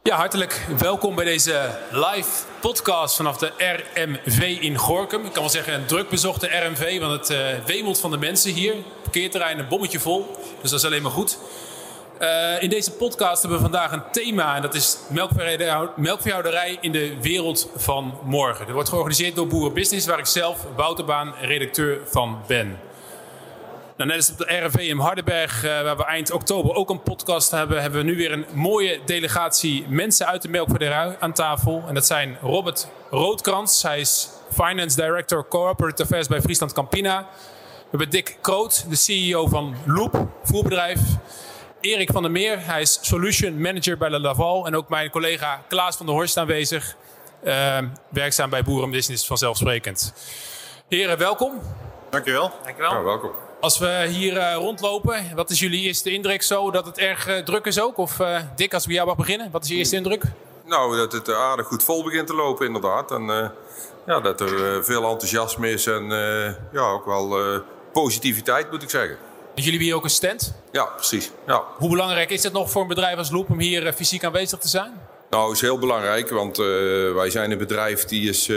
Ja, hartelijk welkom bij deze live podcast vanaf de RMV in Gorinchem. Ik kan wel zeggen een druk bezochte RMV, want het wemelt van de mensen hier. Parkeerterrein een bommetje vol, dus dat is alleen maar goed. In deze podcast hebben we vandaag een thema en dat is melkveehouderij in de wereld van morgen. Dat wordt georganiseerd door Boerenbusiness, waar ik zelf Wouter Baan redacteur van ben. Nou, net als op de RMV in Hardenberg, waar we eind oktober ook een podcast hebben we nu weer een mooie delegatie mensen uit de melkveehouderij aan tafel. En dat zijn Robert Roodkrans, hij is Finance Director Corporate Affairs bij Friesland Campina. We hebben Dick Kroot, de CEO van Loop, voerbedrijf. Erik van der Meer, hij is Solution Manager bij de Laval. En ook mijn collega Klaas van der Horst aanwezig, werkzaam bij Boerenbusiness vanzelfsprekend. Heren, welkom. Dankjewel. Ja, welkom. Als we hier rondlopen, wat is jullie eerste indruk zo? Dat het erg druk is ook? Of Dick, als we bij jou mag beginnen, wat is je eerste indruk? Nou, dat het aardig goed vol begint te lopen inderdaad. En dat er veel enthousiasme is en ook wel positiviteit moet ik zeggen. Dus jullie hebben hier ook een stand? Ja, precies. Ja. Hoe belangrijk is het nog voor een bedrijf als Loop om hier fysiek aanwezig te zijn? Nou, is heel belangrijk, want wij zijn een bedrijf die is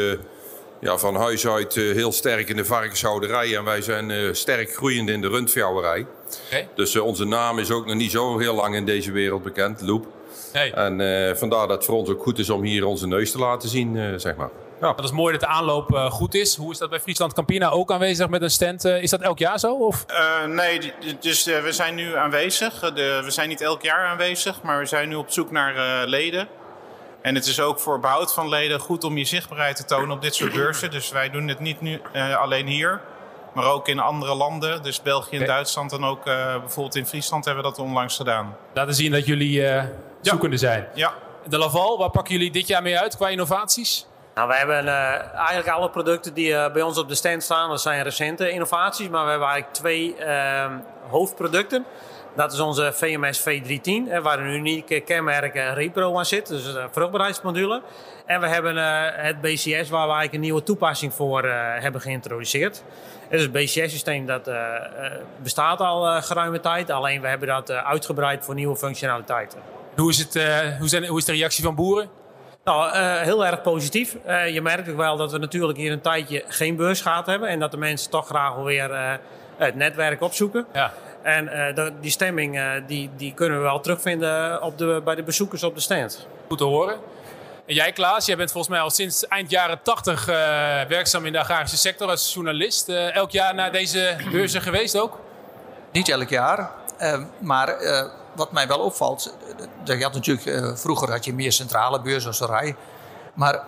van huis uit heel sterk in de varkenshouderij. En wij zijn sterk groeiend in de rundveehouderij. Okay. Dus onze naam is ook nog niet zo heel lang in deze wereld bekend, Loop. Hey. En vandaar dat het voor ons ook goed is om hier onze neus te laten zien, zeg maar. Ja. Dat is mooi dat de aanloop goed is. Hoe is dat bij Friesland Campina ook aanwezig met een stand? Is dat elk jaar zo? Of? Nee, dus we zijn nu aanwezig. We zijn niet elk jaar aanwezig, maar we zijn nu op zoek naar leden. En het is ook voor behoud van leden goed om je zichtbaarheid te tonen op dit soort beurzen. Dus wij doen het niet nu alleen hier, maar ook in andere landen. Dus België en Duitsland en ook bijvoorbeeld in Friesland hebben we dat onlangs gedaan. Laten zien dat jullie zoekende zijn. Ja. De Laval, waar pakken jullie dit jaar mee uit qua innovaties? Nou, wij hebben eigenlijk alle producten die bij ons op de stand staan, dat zijn recente innovaties. Maar we hebben eigenlijk twee hoofdproducten. Dat is onze VMS V310, waar een uniek kenmerk Repro aan zit, dus een vruchtbaarheidsmodule. En we hebben het BCS, waar we eigenlijk een nieuwe toepassing voor hebben geïntroduceerd. Het BCS-systeem dat bestaat al geruime tijd, alleen we hebben dat uitgebreid voor nieuwe functionaliteiten. Hoe is de reactie van boeren? Nou, heel erg positief. Je merkt ook wel dat we natuurlijk hier een tijdje geen beurs gehad hebben en dat de mensen toch graag weer het netwerk opzoeken. Ja. En die stemming die kunnen we wel terugvinden bij de bezoekers op de stand. Goed te horen. En jij, Klaas, jij bent volgens mij al sinds eind jaren 80 werkzaam in de agrarische sector als journalist. Elk jaar naar deze beurzen geweest ook? Niet elk jaar, maar wat mij wel opvalt, je had natuurlijk, vroeger had je meer centrale beursorserij. Maar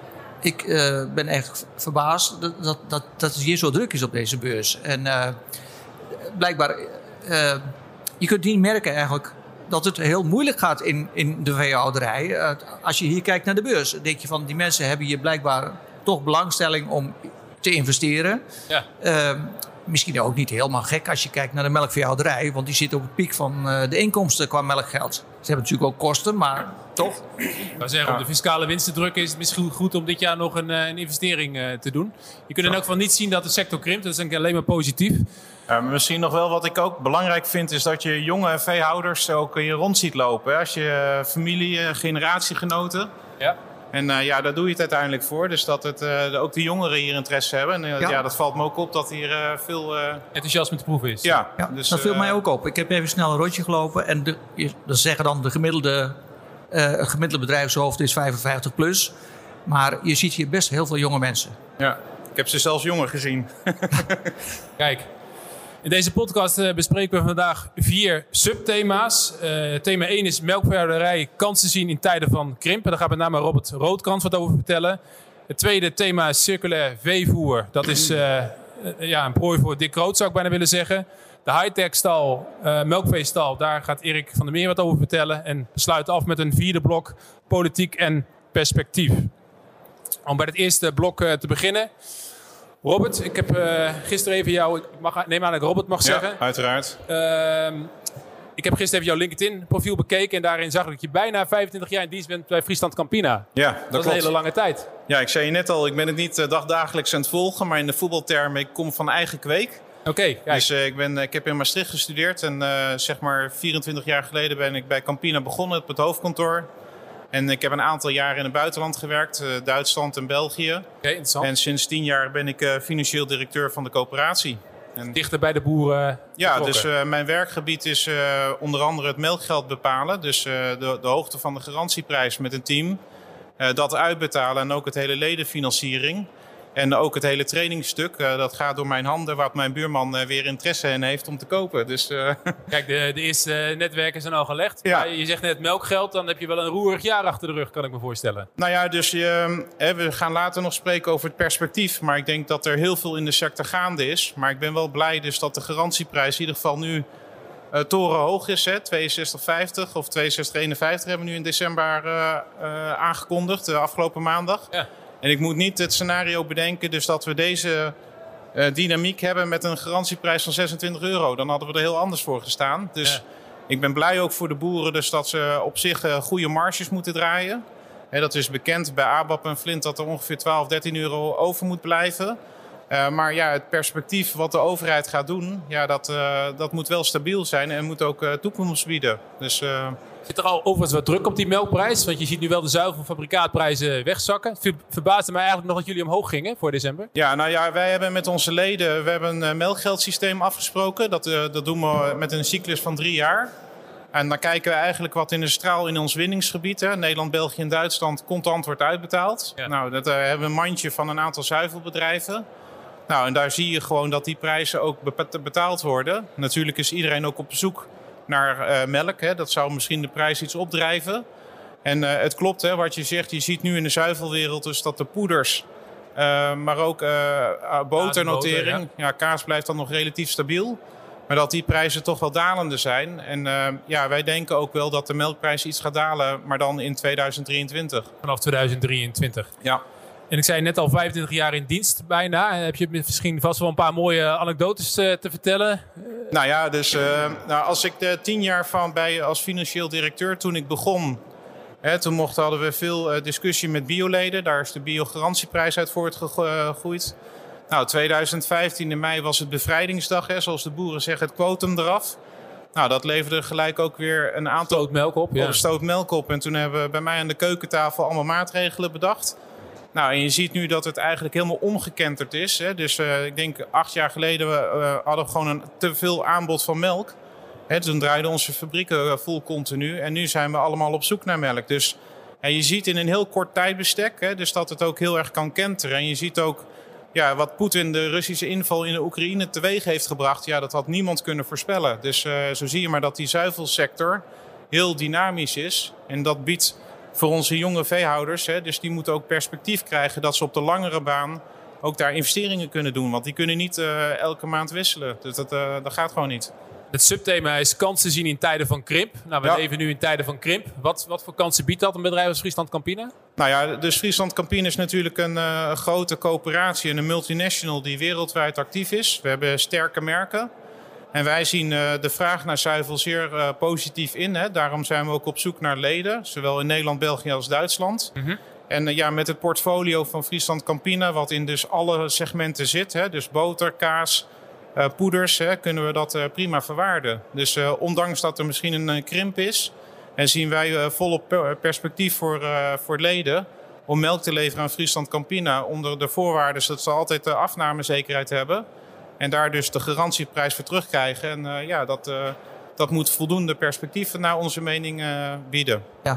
ik ben echt verbaasd dat het hier zo druk is op deze beurs. En blijkbaar, je kunt niet merken eigenlijk dat het heel moeilijk gaat in de veehouderij. Als je hier kijkt naar de beurs, denk je van die mensen hebben hier blijkbaar toch belangstelling om te investeren. Ja. Misschien ook niet helemaal gek als je kijkt naar de melkveehouderij, want die zit op het piek van de inkomsten qua melkgeld. Ze hebben natuurlijk ook kosten, maar toch. Ik zou zeggen, om de fiscale winst te drukken is het misschien goed om dit jaar nog een investering te doen. Je kunt in elk geval niet zien dat de sector krimpt, dat is denk ik alleen maar positief. Misschien nog wel wat ik ook belangrijk vind, is dat je jonge veehouders ook hier rond ziet lopen. Als je familie, generatiegenoten. Ja. En daar doe je het uiteindelijk voor. Dus dat ook de jongeren hier interesse hebben. En dat valt me ook op dat hier veel enthousiasme te proeven is. Ja, dus, dat viel mij ook op. Ik heb even snel een rondje gelopen. En dat zeggen dan het gemiddelde bedrijfshoofd is 55 plus. Maar je ziet hier best heel veel jonge mensen. Ja, ik heb ze zelfs jonger gezien. Kijk. In deze podcast bespreken we vandaag 4 subthema's. Thema 1 is melkveehouderij, kansen zien in tijden van krimpen. Daar gaat met name Robert Roodkrans wat over vertellen. Het tweede thema is circulair veevoer. Dat is een prooi voor Dick Kroot, zou ik bijna willen zeggen. De high-tech stal, melkveestal, daar gaat Erik van der Meer wat over vertellen. En we sluiten af met een vierde blok, politiek en perspectief. Om bij het eerste blok te beginnen. Robert, ik heb gisteren even jou... neem aan dat ik Robert mag zeggen. Ja, uiteraard. Ik heb gisteren even jouw LinkedIn-profiel bekeken. En daarin zag ik dat je bijna 25 jaar in dienst bent bij Friesland Campina. Ja, dat is een hele lange tijd. Ja, ik zei je net al, ik ben het niet dagdagelijks aan het volgen. Maar in de voetbaltermen, ik kom van eigen kweek. Oké, dus ik heb in Maastricht gestudeerd. En zeg maar 24 jaar geleden ben ik bij Campina begonnen op het hoofdkantoor. En ik heb een aantal jaren in het buitenland gewerkt, Duitsland en België. Oké, interessant. En sinds 10 jaar ben ik financieel directeur van de coöperatie. En Dichter bij de boeren ja, betrokken. dus mijn werkgebied is onder andere het melkgeld bepalen. Dus de hoogte van de garantieprijs met een team. Dat uitbetalen en ook het hele ledenfinanciering. En ook het hele trainingsstuk, dat gaat door mijn handen, waar mijn buurman weer interesse in heeft om te kopen. Dus, Kijk, de eerste netwerken zijn al gelegd. Ja. Maar je zegt net melkgeld, dan heb je wel een roerig jaar achter de rug, kan ik me voorstellen. Nou ja, dus we gaan later nog spreken over het perspectief. Maar ik denk dat er heel veel in de sector gaande is. Maar ik ben wel blij dus dat de garantieprijs in ieder geval nu torenhoog is. Hè, 62,50 of 62,51 hebben we nu in december aangekondigd, de afgelopen maandag. Ja. En ik moet niet het scenario bedenken dus dat we deze dynamiek hebben met een garantieprijs van €26. Dan hadden we er heel anders voor gestaan. Dus ik ben blij ook voor de boeren dus dat ze op zich goede marges moeten draaien. Dat is bekend bij ABAP en Flint dat er ongeveer €12-13 over moet blijven. Maar ja, het perspectief wat de overheid gaat doen, ja, dat moet wel stabiel zijn en moet ook toekomst bieden. Dus, Zit er al overigens wat druk op die melkprijs? Want je ziet nu wel de zuivelfabrikaatprijzen wegzakken. Het verbaasde mij eigenlijk nog dat jullie omhoog gingen voor december. Ja, nou ja, wij hebben met onze leden een melkgeldsysteem afgesproken. Dat doen we met een cyclus van 3 jaar. En dan kijken we eigenlijk wat in de straal in ons winningsgebied, hè, Nederland, België en Duitsland, contant wordt uitbetaald. Ja. Nou, dat hebben we een mandje van een aantal zuivelbedrijven. Nou, en daar zie je gewoon dat die prijzen ook betaald worden. Natuurlijk is iedereen ook op zoek naar melk. Hè. Dat zou misschien de prijs iets opdrijven. En het klopt, hè, wat je zegt. Je ziet nu in de zuivelwereld dus dat de poeders, maar ook boternotering. Ja, kaas blijft dan nog relatief stabiel. Maar dat die prijzen toch wel dalende zijn. En ja, wij denken ook wel dat de melkprijs iets gaat dalen, maar dan in 2023. Vanaf 2023. Ja. En ik zei net al 25 jaar in dienst bijna. Heb je misschien vast wel een paar mooie anekdotes te vertellen? Nou ja, dus als ik 10 jaar als financieel directeur toen ik begon, toen hadden we veel discussie met bioleden. Daar is de biogarantieprijs uit voortgegroeid. Nou, 2015 in mei was het bevrijdingsdag, hè, zoals de boeren zeggen, het quotum eraf. Nou, dat leverde gelijk ook weer een aantal Stoot melk op. Ja. stoot melk op. En toen hebben we bij mij aan de keukentafel allemaal maatregelen bedacht. Nou, en je ziet nu dat het eigenlijk helemaal omgekenterd is. Hè. Dus ik denk 8 jaar geleden hadden we gewoon een te veel aanbod van melk. Hè, toen draaiden onze fabrieken vol continu. En nu zijn we allemaal op zoek naar melk. Dus je ziet in een heel kort tijdbestek, hè, dus dat het ook heel erg kan kenteren. En je ziet ook wat Poetin de Russische inval in de Oekraïne teweeg heeft gebracht. Ja, dat had niemand kunnen voorspellen. Dus zo zie je maar dat die zuivelsector heel dynamisch is. En dat biedt voor onze jonge veehouders, dus die moeten ook perspectief krijgen dat ze op de langere baan ook daar investeringen kunnen doen. Want die kunnen niet elke maand wisselen. Dus dat gaat gewoon niet. Het subthema is kansen zien in tijden van krimp. Nou, we leven nu in tijden van krimp. Wat voor kansen biedt dat een bedrijf als Friesland Campina? Nou ja, dus Friesland Campina is natuurlijk een grote coöperatie en een multinational die wereldwijd actief is. We hebben sterke merken. En wij zien de vraag naar zuivel zeer positief in. Hè. Daarom zijn we ook op zoek naar leden, zowel in Nederland, België als Duitsland. Mm-hmm. En met het portfolio van Friesland Campina, wat in dus alle segmenten zit, hè, dus boter, kaas, poeders, kunnen we dat prima verwaarden. Dus ondanks dat er misschien een krimp is, en zien wij volop perspectief voor leden om melk te leveren aan Friesland Campina onder de voorwaarden dat ze altijd de afnamezekerheid hebben. En daar dus de garantieprijs voor terugkrijgen. En dat moet voldoende perspectief naar onze mening bieden. Ja,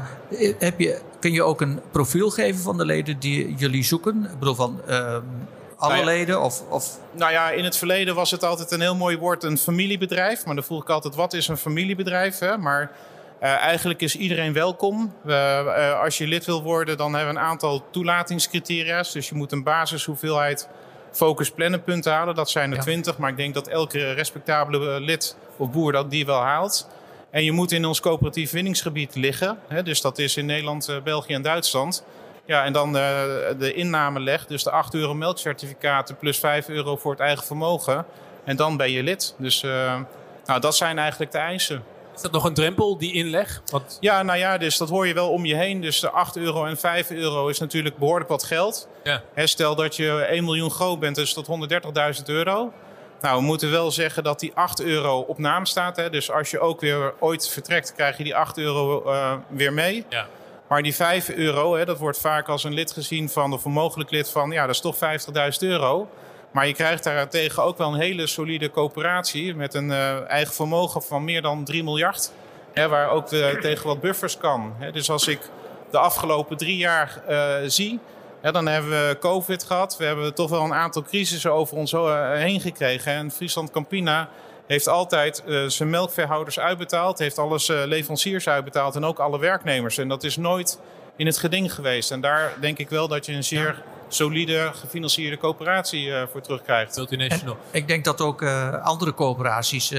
kun je ook een profiel geven van de leden die jullie zoeken? Ik bedoel van alle leden? Of? Nou ja, in het verleden was het altijd een heel mooi woord, een familiebedrijf. Maar dan vroeg ik altijd, wat is een familiebedrijf? Hè? Maar eigenlijk is iedereen welkom. Als je lid wil worden, dan hebben we een aantal toelatingscriteria's. Dus je moet een basishoeveelheid focus plannenpunten halen. Dat zijn er 20, maar ik denk dat elke respectabele lid of boer die wel haalt. En je moet in ons coöperatief winningsgebied liggen. Hè, dus dat is in Nederland, België en Duitsland. Ja, en dan de innameleg, dus de €8 melkcertificaten plus €5 voor het eigen vermogen. En dan ben je lid. Dus dat zijn eigenlijk de eisen. Is dat nog een drempel, die inleg? Ja, dus dat hoor je wel om je heen. Dus de €8 en €5 is natuurlijk behoorlijk wat geld. Ja. Stel dat je 1 miljoen groot bent, dus tot €130.000. Nou, we moeten wel zeggen dat die €8 op naam staat. Hè. Dus als je ook weer ooit vertrekt, krijg je die €8 weer mee. Ja. Maar die €5, dat wordt vaak als een lid gezien van, of een mogelijk lid van, ja, dat is toch €50.000. Maar je krijgt daartegen ook wel een hele solide coöperatie met een eigen vermogen van meer dan 3 miljard. Waar ook tegen wat buffers kan. Dus als ik de afgelopen 3 jaar zie, dan hebben we COVID gehad. We hebben toch wel een aantal crisissen over ons heen gekregen. En Friesland Campina heeft altijd zijn melkveehouders uitbetaald. Heeft alles leveranciers uitbetaald en ook alle werknemers. En dat is nooit in het geding geweest. En daar denk ik wel dat je een zeer solide gefinancierde coöperatie voor terugkrijgt. Multinational. Ik denk dat ook andere coöperaties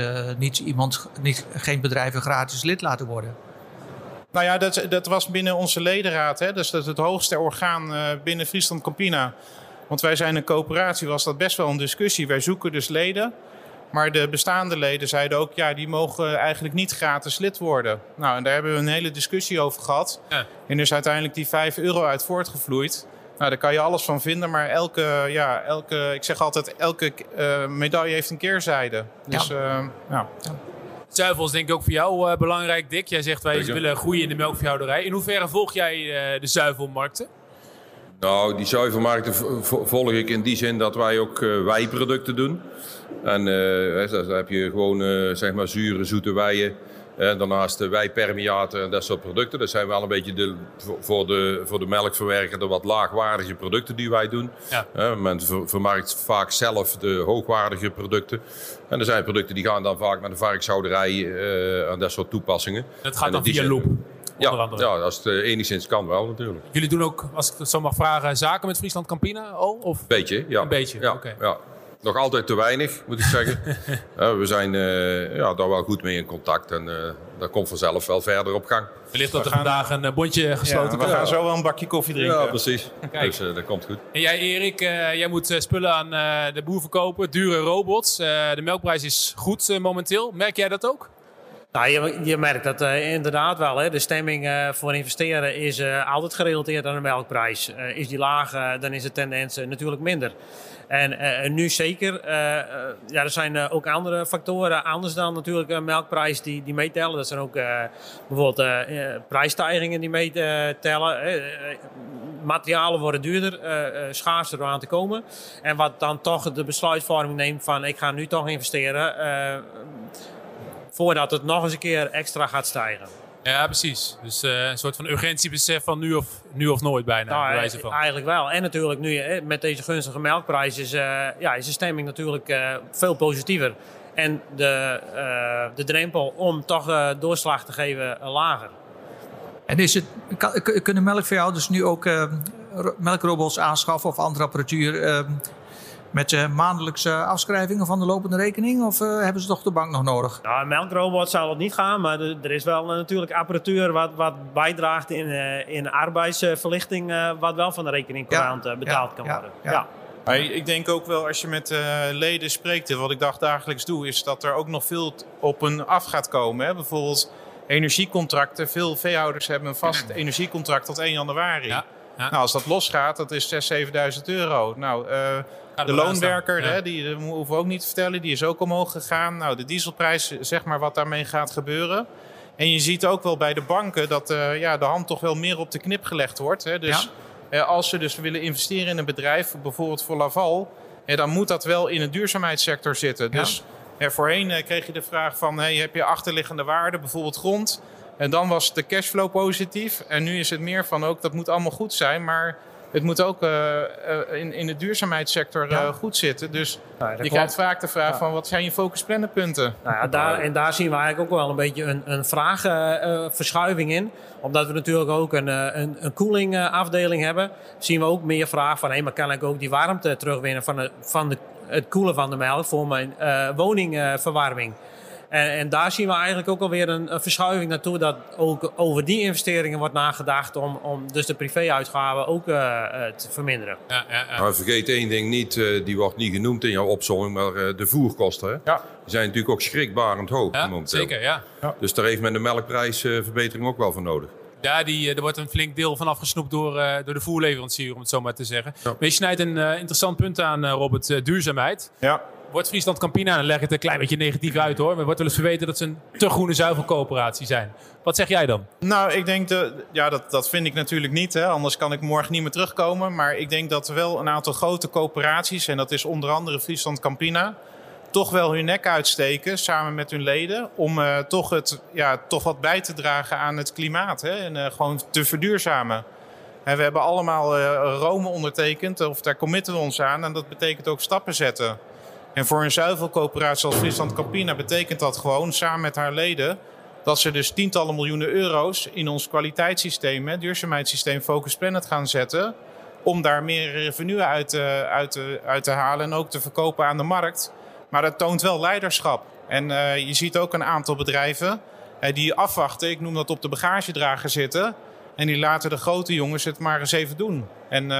geen bedrijven gratis lid laten worden. Nou ja, dat was binnen onze ledenraad. Dus dat is het hoogste orgaan binnen Friesland Campina. Want wij zijn een coöperatie, was dat best wel een discussie. Wij zoeken dus leden. Maar de bestaande leden zeiden ook, ja, die mogen eigenlijk niet gratis lid worden. Nou, en daar hebben we een hele discussie over gehad. Ja. En er is uiteindelijk die €5 uit voortgevloeid. Nou, daar kan je alles van vinden, maar ik zeg altijd, elke medaille heeft een keerzijde. Dus, Zuivel is denk ik ook voor jou belangrijk, Dick. Jij zegt wij willen groeien in de melkveehouderij. In hoeverre volg jij de zuivelmarkten? Nou, die zuivelmarkten volg ik in die zin dat wij ook wijproducten doen. En dan heb je gewoon zeg maar zure, zoete weien. Daarnaast wijpermeaten en dat soort producten. Dat zijn wel een beetje voor de melkverwerker de wat laagwaardige producten die wij doen. Ja. Men vermarkt vaak zelf de hoogwaardige producten. En er zijn producten die gaan dan vaak naar de varkenshouderij en dat soort toepassingen. Dat gaat dan via Loop? Ja, als het enigszins kan wel natuurlijk. Jullie doen ook, als ik het zo mag vragen, zaken met Friesland Campina al? Of? Beetje, ja. Een beetje, ja, oké. Ja. Nog altijd te weinig, moet ik zeggen. We zijn daar wel goed mee in contact en dat komt vanzelf wel verder op gang. Wellicht dat er vandaag een bondje gesloten wordt. We gaan zo wel een bakje koffie drinken. Ja, precies. Dus dat komt goed. En jij, Erik, jij moet spullen aan de boer verkopen, dure robots. De melkprijs is goed momenteel. Merk jij dat ook? Nou, je merkt dat inderdaad wel. Hè. De stemming voor investeren is altijd gerelateerd aan de melkprijs. Is die laag, dan is de tendens natuurlijk minder. En nu zeker. Er zijn ook andere factoren, anders dan natuurlijk een melkprijs die meetellen. Dat zijn ook bijvoorbeeld prijsstijgingen die meetellen. Materialen worden duurder, schaarser aan te komen. En wat dan toch de besluitvorming neemt van ik ga nu toch investeren. Voordat het nog eens een keer extra gaat stijgen. Ja, precies. Dus een soort van urgentiebesef van nu of nooit bijna. Nou, eigenlijk wel. En natuurlijk nu met deze gunstige melkprijs is de stemming natuurlijk veel positiever. En de drempel om toch doorslag te geven lager. En kunnen melkveehouders nu ook melkrobots aanschaffen of andere apparatuur met maandelijkse afschrijvingen van de lopende rekening? Of hebben ze toch de bank nog nodig? Nou, een melkrobot zal het niet gaan. Maar er is wel natuurlijk apparatuur wat bijdraagt in arbeidsverlichting. Wat wel van de rekening betaald kan worden. Ja. Maar ik denk ook wel als je met leden spreekt. Wat ik dagelijks doe. Is dat er ook nog veel op een af gaat komen. Hè? Bijvoorbeeld energiecontracten. Veel veehouders hebben een vast energiecontract tot 1 januari. Ja. Nou, als dat losgaat, dat is €6.000-7.000. Nou, de loonwerker, die hoeven we ook niet te vertellen, die is ook omhoog gegaan. Nou, de dieselprijs, zeg maar wat daarmee gaat gebeuren. En je ziet ook wel bij de banken dat de hand toch wel meer op de knip gelegd wordt. Hè. Dus als ze dus willen investeren in een bedrijf, bijvoorbeeld voor Laval, dan moet dat wel in de duurzaamheidssector zitten. Ja. Dus voorheen kreeg je de vraag van, heb je achterliggende waarden, bijvoorbeeld grond? En dan was de cashflow positief. En nu is het meer van ook, dat moet allemaal goed zijn, maar het moet ook in de duurzaamheidssector goed zitten. Dus je krijgt vaak de vraag van, wat zijn je focusplannerpunten? Nou ja, daar zien we eigenlijk ook wel een beetje een vraagverschuiving in. Omdat we natuurlijk ook een koelingafdeling hebben, zien we ook meer vraag van, maar kan ik ook die warmte terugwinnen van het koelen van de melk voor mijn woningverwarming? En daar zien we eigenlijk ook alweer een verschuiving naartoe, dat ook over die investeringen wordt nagedacht om dus de privéuitgaven ook te verminderen. Ja. Maar vergeet één ding niet, die wordt niet genoemd in jouw opzomming, maar de voerkosten. Hè? Ja. Die zijn natuurlijk ook schrikbarend hoog. Ja, zeker, ja. Dus daar heeft men de melkprijsverbetering ook wel voor nodig. Ja, er wordt een flink deel van afgesnoept door de voerleverancier, om het zo maar te zeggen. Ja. Maar je snijdt een interessant punt aan, Robert, duurzaamheid. Ja. wordt Friesland Campina, dan leg ik het een klein beetje negatief uit hoor, maar wordt wel eens verweten dat ze een te groene zuivelcoöperatie zijn. Wat zeg jij dan? Nou, ik denk, dat vind ik natuurlijk niet. Hè. Anders kan ik morgen niet meer terugkomen. Maar ik denk dat er wel een aantal grote coöperaties, en dat is onder andere Friesland Campina, toch wel hun nek uitsteken samen met hun leden om toch wat bij te dragen aan het klimaat. Hè, en gewoon te verduurzamen. En we hebben allemaal Rome ondertekend, of daar committen we ons aan. En dat betekent ook stappen zetten. En voor een zuivelcoöperatie als Friesland Campina betekent dat gewoon samen met haar leden dat ze dus tientallen miljoenen euro's in ons kwaliteitssysteem, duurzaamheidssysteem Focus Planet gaan zetten. Om daar meer revenue uit te halen en ook te verkopen aan de markt. Maar dat toont wel leiderschap. En je ziet ook een aantal bedrijven die afwachten. Ik noem dat op de bagagedrager zitten. En die laten de grote jongens het maar eens even doen. En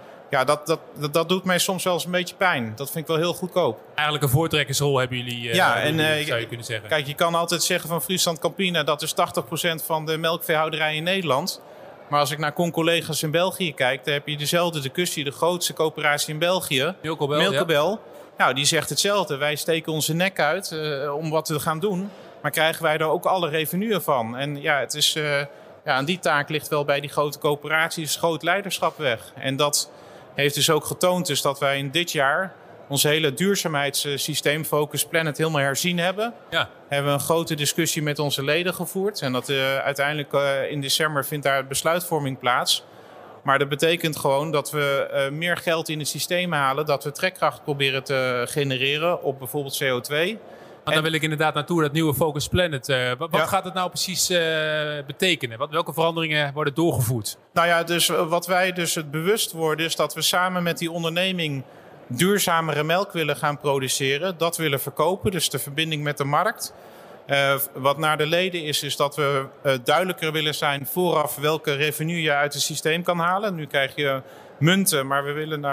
dat doet mij soms wel eens een beetje pijn. Dat vind ik wel heel goedkoop. Eigenlijk een voortrekkersrol hebben jullie, zou je kunnen zeggen. Kijk, je kan altijd zeggen van Friesland Campina, dat is 80% van de melkveehouderij in Nederland. Maar als ik naar collega's in België kijk, dan heb je dezelfde discussie, de grootste coöperatie in België. Milkobel. Ja. Nou, die zegt hetzelfde. Wij steken onze nek uit om wat te gaan doen. Maar krijgen wij daar ook alle revenue van? En ja, het is, aan die taak ligt wel bij die grote coöperaties groot leiderschap weg. En dat heeft dus ook getoond dus dat wij in dit jaar ons hele duurzaamheidssysteem Focus Planet helemaal herzien hebben. Ja. Hebben we een grote discussie met onze leden gevoerd. En dat uiteindelijk in december vindt daar besluitvorming plaats. Maar dat betekent gewoon dat we meer geld in het systeem halen. Dat we trekkracht proberen te genereren op bijvoorbeeld CO2. Want daar wil ik inderdaad naartoe, dat nieuwe Focus Planet. Wat gaat het nou precies betekenen? Welke veranderingen worden doorgevoerd? Nou ja, dus wat wij dus het bewust worden is dat we samen met die onderneming duurzamere melk willen gaan produceren. Dat willen verkopen, dus de verbinding met de markt. Wat naar de leden is dat we duidelijker willen zijn vooraf welke revenue je uit het systeem kan halen. Nu krijg je munten, maar we willen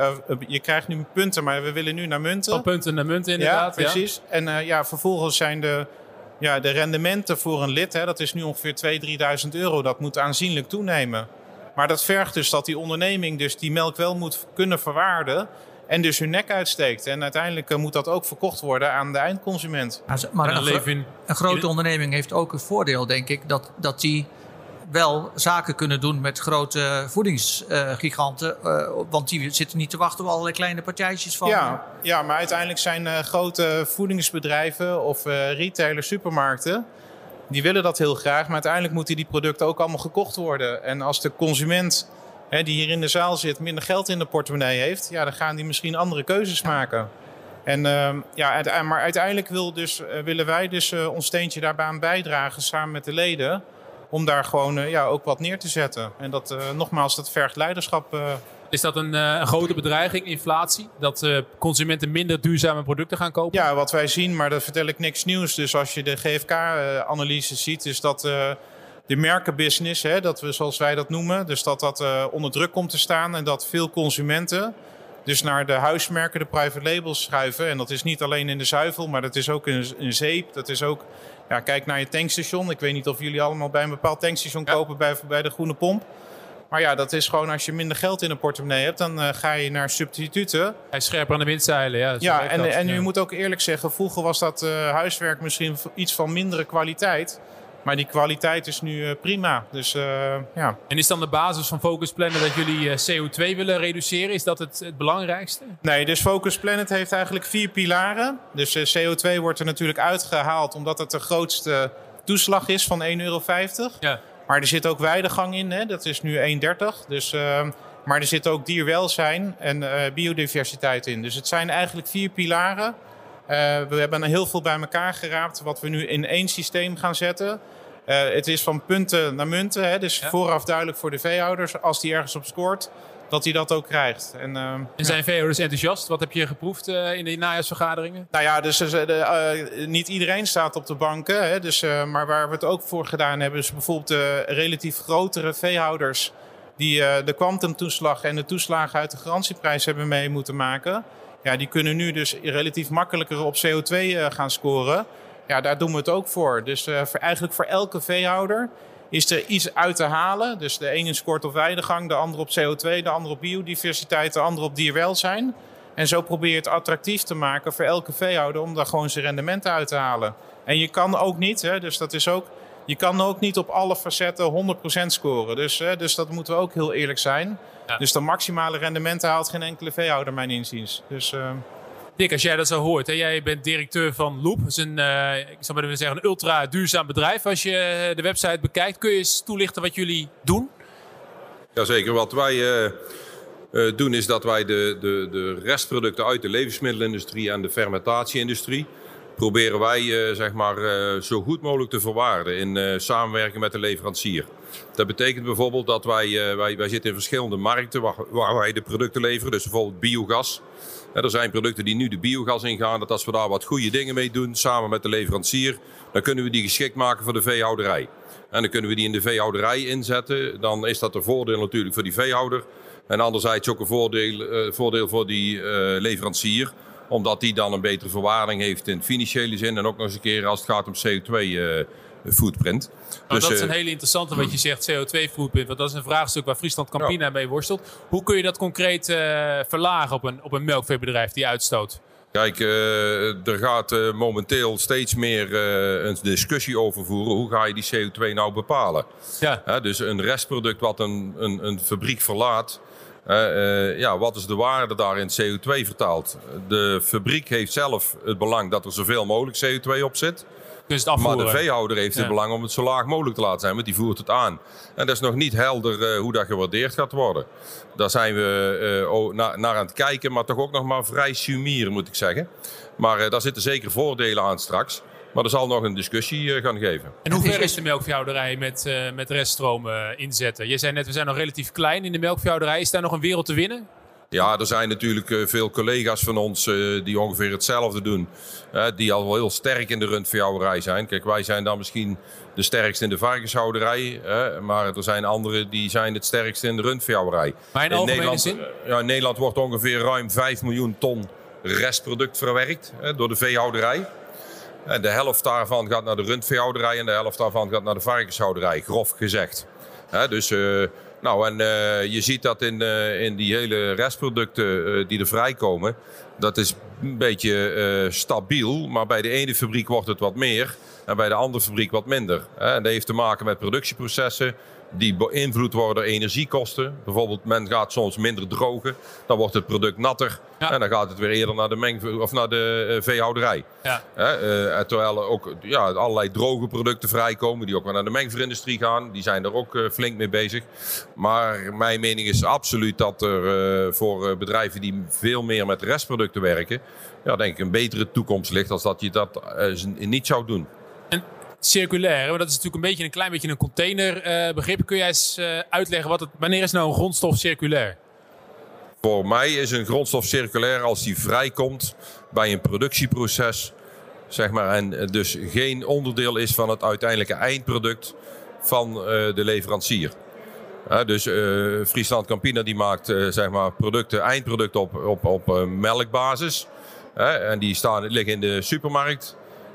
je krijgt nu punten, maar we willen nu naar munten. Van punten naar munten inderdaad. Ja, precies. Ja. En vervolgens zijn de rendementen voor een lid, dat is nu ongeveer 2.000-3.000 euro. Dat moet aanzienlijk toenemen. Maar dat vergt dus dat die onderneming dus die melk wel moet kunnen verwaarden. En dus hun nek uitsteekt. En uiteindelijk moet dat ook verkocht worden aan de eindconsument. Maar een grote onderneming heeft ook het voordeel, denk ik, dat die wel zaken kunnen doen met grote voedingsgiganten. Want die zitten niet te wachten op allerlei kleine partijtjes van. Ja, maar uiteindelijk zijn grote voedingsbedrijven of retailers, supermarkten, die willen dat heel graag. Maar uiteindelijk moeten die producten ook allemaal gekocht worden. En als de consument die hier in de zaal zit minder geld in de portemonnee heeft, dan gaan die misschien andere keuzes maken. Maar uiteindelijk willen wij dus ons steentje daarbij bijdragen samen met de leden, om daar gewoon ook wat neer te zetten. En dat nogmaals, dat vergt leiderschap. Is dat een grote bedreiging, inflatie? Dat consumenten minder duurzame producten gaan kopen? Ja, wat wij zien, maar dat vertel ik niks nieuws. Dus als je de GfK-analyse ziet, is dat de merkenbusiness, dat we, zoals wij dat noemen, dus dat onder druk komt te staan. En dat veel consumenten dus naar de huismerken, de private labels schuiven. En dat is niet alleen in de zuivel, maar dat is ook in zeep. Dat is ook, kijk naar je tankstation. Ik weet niet of jullie allemaal bij een bepaald tankstation kopen bij de groene pomp. Maar dat is gewoon als je minder geld in de portemonnee hebt, dan ga je naar substituten. Hij is scherper aan de windzeilen. En je moet ook eerlijk zeggen, vroeger was dat huiswerk misschien iets van mindere kwaliteit. Maar die kwaliteit is nu prima. Dus, En is dan de basis van Focus Planet dat jullie CO2 willen reduceren? Is dat het belangrijkste? Nee, dus Focus Planet heeft eigenlijk 4 pilaren. Dus CO2 wordt er natuurlijk uitgehaald omdat het de grootste toeslag is van €1,50. Ja. Maar er zit ook weidegang in, dat is nu €1,30. Dus, maar er zit ook dierwelzijn en biodiversiteit in. Dus het zijn eigenlijk 4 pilaren. We hebben heel veel bij elkaar geraapt wat we nu in één systeem gaan zetten. Het is van punten naar munten. Dus vooraf duidelijk voor de veehouders. Als die ergens op scoort, dat hij dat ook krijgt. En zijn veehouders enthousiast? Wat heb je geproefd in de najaarsvergaderingen? Nou ja, dus niet iedereen staat op de banken. Maar waar we het ook voor gedaan hebben, is bijvoorbeeld de relatief grotere veehouders die de kwantumtoeslag en de toeslagen uit de garantieprijs hebben mee moeten maken. Ja, die kunnen nu dus relatief makkelijker op CO2 gaan scoren. Ja, daar doen we het ook voor. Dus eigenlijk voor elke veehouder is er iets uit te halen. Dus de ene scoort op weidegang, de andere op CO2, de andere op biodiversiteit, de andere op dierwelzijn. En zo probeer je het attractief te maken voor elke veehouder om daar gewoon zijn rendementen uit te halen. En je kan ook niet, dus dat is ook, je kan ook niet op alle facetten 100% scoren. Dus dat moeten we ook heel eerlijk zijn. Ja. Dus de maximale rendementen haalt geen enkele veehouder, mijn inziens. Dus, Dick, als jij dat zo hoort, hè, jij bent directeur van Loop. Dat is ik zou maar even zeggen, een ultra duurzaam bedrijf. Als je de website bekijkt, kun je eens toelichten wat jullie doen? Jazeker, wat wij doen is dat wij de restproducten uit de levensmiddelenindustrie en de fermentatieindustrie proberen wij zo goed mogelijk te verwaarden in samenwerking met de leverancier. Dat betekent bijvoorbeeld dat wij zitten in verschillende markten waar wij de producten leveren. Dus bijvoorbeeld biogas. Er zijn producten die nu de biogas ingaan. Dat als we daar wat goede dingen mee doen samen met de leverancier, dan kunnen we die geschikt maken voor de veehouderij. En dan kunnen we die in de veehouderij inzetten. Dan is dat een voordeel natuurlijk voor die veehouder. En anderzijds ook een voordeel voor die leverancier. Omdat die dan een betere verwaarding heeft in financiële zin. En ook nog eens een keer als het gaat om CO2-footprint. Dus, dat is een hele interessante wat je zegt, CO2-footprint. Want dat is een vraagstuk waar Friesland Campina mee worstelt. Hoe kun je dat concreet verlagen op een melkveebedrijf die uitstoot? Kijk, er gaat momenteel steeds meer een discussie over voeren. Hoe ga je die CO2 nou bepalen? Ja. Dus een restproduct wat een fabriek verlaat. Wat is de waarde daarin CO2 vertaald? De fabriek heeft zelf het belang dat er zoveel mogelijk CO2 op zit. Dus het afvoeren. Maar de veehouder heeft het belang om het zo laag mogelijk te laten zijn, want die voert het aan. En dat is nog niet helder hoe dat gewaardeerd gaat worden. Daar zijn we naar aan het kijken, maar toch ook nog maar vrij sumier, moet ik zeggen. Maar daar zitten zeker voordelen aan straks. Maar er zal nog een discussie gaan geven. En hoe ver is de melkveehouderij met reststroom inzetten? Je zei net, we zijn nog relatief klein in de melkveehouderij. Is daar nog een wereld te winnen? Ja, er zijn natuurlijk veel collega's van ons die ongeveer hetzelfde doen. Die al wel heel sterk in de rundveehouderij zijn. Kijk, wij zijn dan misschien de sterkste in de varkenshouderij. Maar er zijn anderen die zijn het sterkste in de rundveehouderij. Maar in algemene zin? In Nederland wordt ongeveer ruim 5 miljoen ton restproduct verwerkt door de veehouderij. En de helft daarvan gaat naar de rundveehouderij en de helft daarvan gaat naar de varkenshouderij, grof gezegd. Je ziet dat in die hele restproducten die er vrijkomen, dat is een beetje stabiel. Maar bij de ene fabriek wordt het wat meer en bij de andere fabriek wat minder. En dat heeft te maken met productieprocessen die beïnvloed worden door energiekosten. Bijvoorbeeld, men gaat soms minder drogen. Dan wordt het product natter. Ja. En dan gaat het weer eerder naar de veehouderij. Ja. Terwijl er ook allerlei droge producten vrijkomen die ook weer naar de mengvoerindustrie gaan. Die zijn er ook flink mee bezig. Maar mijn mening is absoluut dat er voor bedrijven die veel meer met restproducten werken, denk ik een betere toekomst ligt als dat je dat niet zou doen. Circulair, maar dat is natuurlijk een klein beetje een containerbegrip. Kun jij eens uitleggen, wanneer is nou een grondstof circulair? Voor mij is een grondstof circulair als die vrijkomt bij een productieproces, zeg maar, en dus geen onderdeel is van het uiteindelijke eindproduct van de leverancier. Dus Friesland Campina die maakt eindproducten op melkbasis. En die liggen in de supermarkt.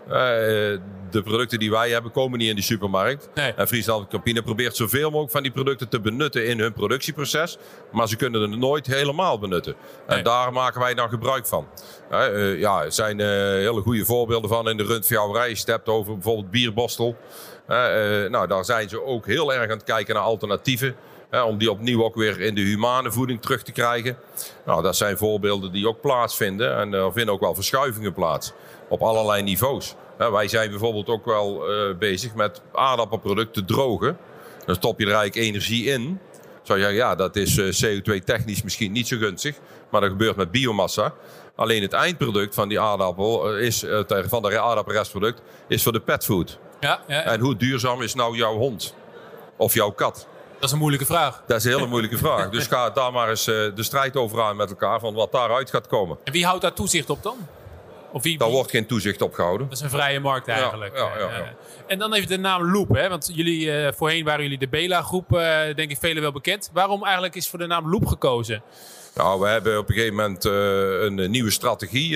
De producten die wij hebben komen niet in de supermarkt. Nee. En Friesland Campina probeert zoveel mogelijk van die producten te benutten in hun productieproces. Maar ze kunnen het nooit helemaal benutten. Nee. En daar maken wij dan gebruik van. Er zijn hele goede voorbeelden van in de rundveehouderij. Je hebt over bijvoorbeeld bierbostel. Daar zijn ze ook heel erg aan het kijken naar alternatieven. Om die opnieuw ook weer in de humane voeding terug te krijgen. Dat zijn voorbeelden die ook plaatsvinden. En er vinden ook wel verschuivingen plaats. Op allerlei niveaus. Wij zijn bijvoorbeeld ook wel bezig met aardappelproducten drogen. Dan stop je er eigenlijk energie in. Zou je zeggen, dat is CO2-technisch misschien niet zo gunstig. Maar dat gebeurt met biomassa. Alleen het eindproduct van die aardappel van de aardappelrestproduct is voor de petfood. Ja. En hoe duurzaam is nou jouw hond? Of jouw kat? Dat is een moeilijke vraag. Dat is een hele moeilijke vraag. Dus ga daar maar eens de strijd over aan met elkaar van wat daaruit gaat komen. En wie houdt daar toezicht op dan? Daar wordt geen toezicht op gehouden. Dat is een vrije markt eigenlijk. Ja. En dan even de naam Loop. Hè? Want voorheen waren jullie de Bela-groep, denk ik velen wel bekend. Waarom eigenlijk is voor de naam Loop gekozen? Nou, we hebben op een gegeven moment een nieuwe strategie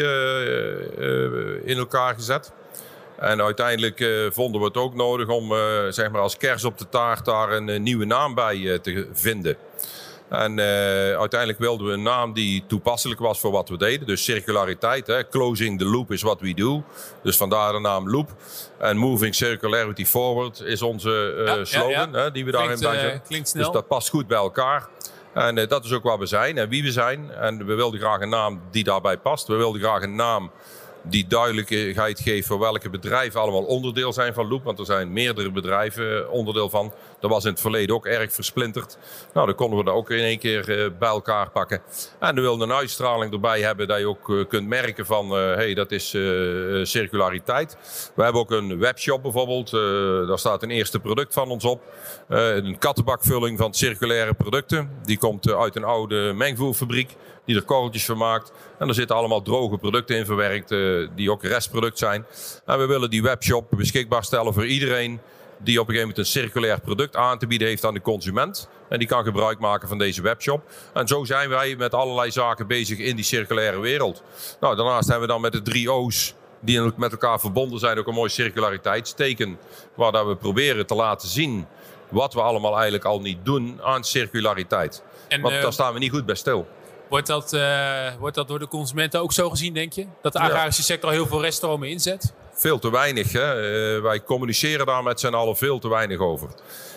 in elkaar gezet. En uiteindelijk vonden we het ook nodig om als kers op de taart daar een nieuwe naam bij te vinden. En uiteindelijk wilden we een naam die toepasselijk was voor wat we deden. Dus circulariteit, hè? Closing the loop is what we do. Dus vandaar de naam Loop. En moving circularity forward is onze slogan hè, die we daarin bij zetten. Klinkt snel. Dus dat past goed bij elkaar. En dat is ook wat we zijn en wie we zijn. En we wilden graag een naam die daarbij past. We wilden graag een naam die duidelijkheid geeft voor welke bedrijven allemaal onderdeel zijn van Loop. Want er zijn meerdere bedrijven onderdeel van. Dat was in het verleden ook erg versplinterd. Nou, dan konden we dat ook in één keer bij elkaar pakken. En we wilden een uitstraling erbij hebben dat je ook kunt merken van... hey, dat is circulariteit. We hebben ook een webshop bijvoorbeeld. Daar staat een eerste product van ons op. Een kattenbakvulling van circulaire producten. Die komt uit een oude mengvoerfabriek. Die er korreltjes van maakt. En er zitten allemaal droge producten in verwerkt. Die ook restproduct zijn. En we willen die webshop beschikbaar stellen voor iedereen... die op een gegeven moment een circulair product aan te bieden heeft aan de consument. En die kan gebruik maken van deze webshop. En zo zijn wij met allerlei zaken bezig in die circulaire wereld. Nou, daarnaast hebben we dan met de 3 O's... die met elkaar verbonden zijn, ook een mooi circulariteitsteken. Waar dat we proberen te laten zien... wat we allemaal eigenlijk al niet doen aan circulariteit. Want daar staan we niet goed bij stil. Wordt dat door de consumenten ook zo gezien, denk je? Dat de agrarische sector al heel veel reststromen inzet? Veel te weinig. Hè? Wij communiceren daar met z'n allen veel te weinig over.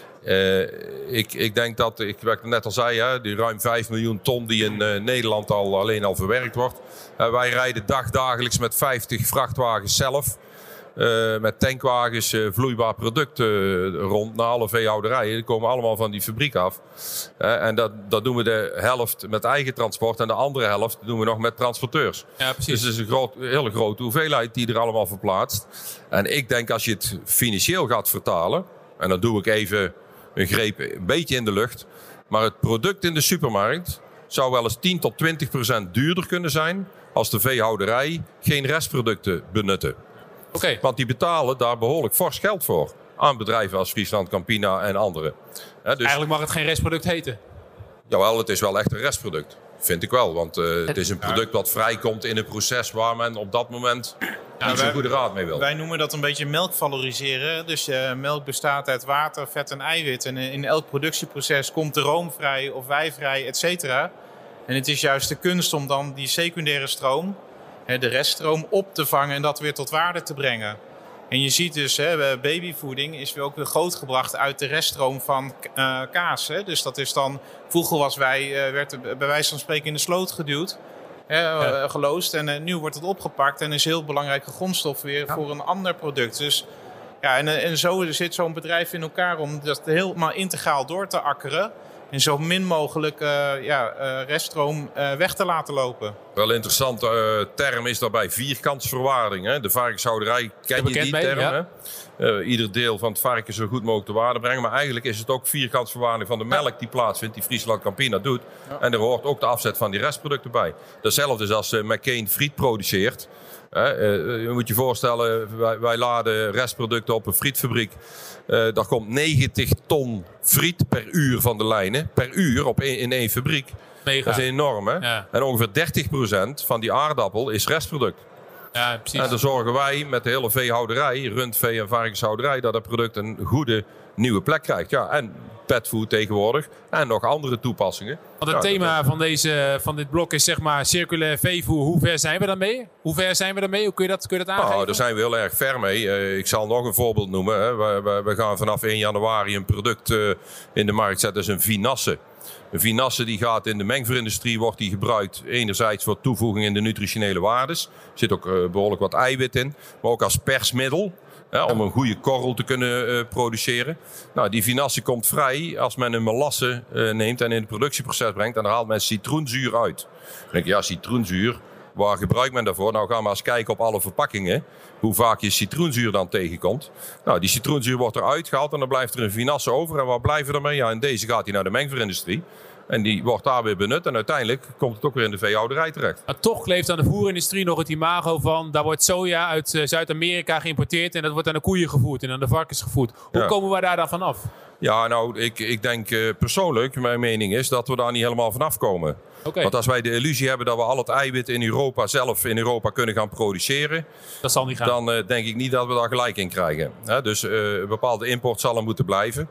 Ik denk dat, wat ik net al zei, hè, die ruim 5 miljoen ton die in Nederland alleen al verwerkt wordt. Wij rijden dagelijks met 50 vrachtwagens zelf. Met tankwagens, vloeibaar producten rond naar alle veehouderijen. Die komen allemaal van die fabriek af. En dat doen we de helft met eigen transport. En de andere helft doen we nog met transporteurs. Ja, precies. Dus het is een hele grote hoeveelheid die er allemaal verplaatst. En ik denk als je het financieel gaat vertalen... en dan doe ik even een greep een beetje in de lucht... maar het product in de supermarkt zou wel eens 10 tot 20% duurder kunnen zijn... als de veehouderij geen restproducten benutten. Okay. Want die betalen daar behoorlijk fors geld voor. Aan bedrijven als Friesland, Campina en anderen. Dus eigenlijk mag het geen restproduct heten? Jawel, het is wel echt een restproduct. Vind ik wel. Want het is een product wat vrijkomt in een proces waar men op dat moment niet zo'n goede raad mee wil. Wij noemen dat een beetje melkvaloriseren. Dus melk bestaat uit water, vet en eiwit. En in elk productieproces komt de room vrij of wei vrij, et cetera. En het is juist de kunst om dan die secundaire stroom... de reststroom op te vangen en dat weer tot waarde te brengen. En je ziet dus, babyvoeding is weer ook weer grootgebracht uit de reststroom van kaas. Hè? Dus dat is dan, vroeger werd bij wijze van spreken in de sloot geduwd, geloosd. En nu wordt het opgepakt en is een heel belangrijke grondstof weer voor een ander product. Dus ja, en zo zit zo'n bedrijf in elkaar om dat helemaal integraal door te akkeren. En zo min mogelijk reststroom weg te laten lopen. Wel een interessante term is daarbij vierkantsverwaarding. Hè? De varkenshouderij ken je die term. Ja. Hè? Ieder deel van het varken zo goed mogelijk te waarde brengen. Maar eigenlijk is het ook vierkantsverwaarding van de melk die plaatsvindt. Die Friesland Campina doet. Ja. En er hoort ook de afzet van die restproducten bij. Datzelfde is als McCain friet produceert. Je moet je voorstellen, wij laden restproducten op een frietfabriek. Daar komt 90 ton friet per uur van de lijnen. Per uur in één fabriek. Mega. Dat is enorm, hè? Ja. En ongeveer 30% van die aardappel is restproduct. Ja, precies. En dan zorgen wij met de hele veehouderij, rundvee- en varkenshouderij, dat het product een goede nieuwe plek krijgt. Ja, en petfood tegenwoordig. En nog andere toepassingen. Want het thema van dit blok is zeg maar circulair veevoer. Hoe ver zijn we daarmee? Hoe kun je dat aangeven? Nou, daar zijn we heel erg ver mee. Ik zal nog een voorbeeld noemen. Hè. We gaan vanaf 1 januari een product in de markt zetten. Dat is een vinasse. Een vinasse die gaat in de mengvoerindustrie, wordt die gebruikt enerzijds voor toevoeging in de nutritionele waardes. Er zit ook behoorlijk wat eiwit in. Maar ook als persmiddel. Om een goede korrel te kunnen produceren. Nou, die vinasse komt vrij als men een melasse neemt en in het productieproces brengt. En dan haalt men citroenzuur uit. Dan denk je, ja, citroenzuur, waar gebruikt men daarvoor? Nou, gaan we eens kijken op alle verpakkingen. Hoe vaak je citroenzuur dan tegenkomt. Nou, die citroenzuur wordt eruit gehaald en dan blijft er een vinasse over. En waar blijven we ermee? Ja, in deze gaat hij naar de mengvoerindustrie. En die wordt daar weer benut. En uiteindelijk komt het ook weer in de veehouderij terecht. Maar toch kleeft aan de voerindustrie nog het imago van... daar wordt soja uit Zuid-Amerika geïmporteerd... en dat wordt aan de koeien gevoerd en aan de varkens gevoerd. Hoe komen we daar dan vanaf? Ja, nou, ik denk persoonlijk, mijn mening is... dat we daar niet helemaal vanaf komen. Okay. Want als wij de illusie hebben dat we al het eiwit in Europa zelf in Europa kunnen gaan produceren... dat zal niet gaan. Dan denk ik niet dat we daar gelijk in krijgen. Dus bepaalde import zal er moeten blijven.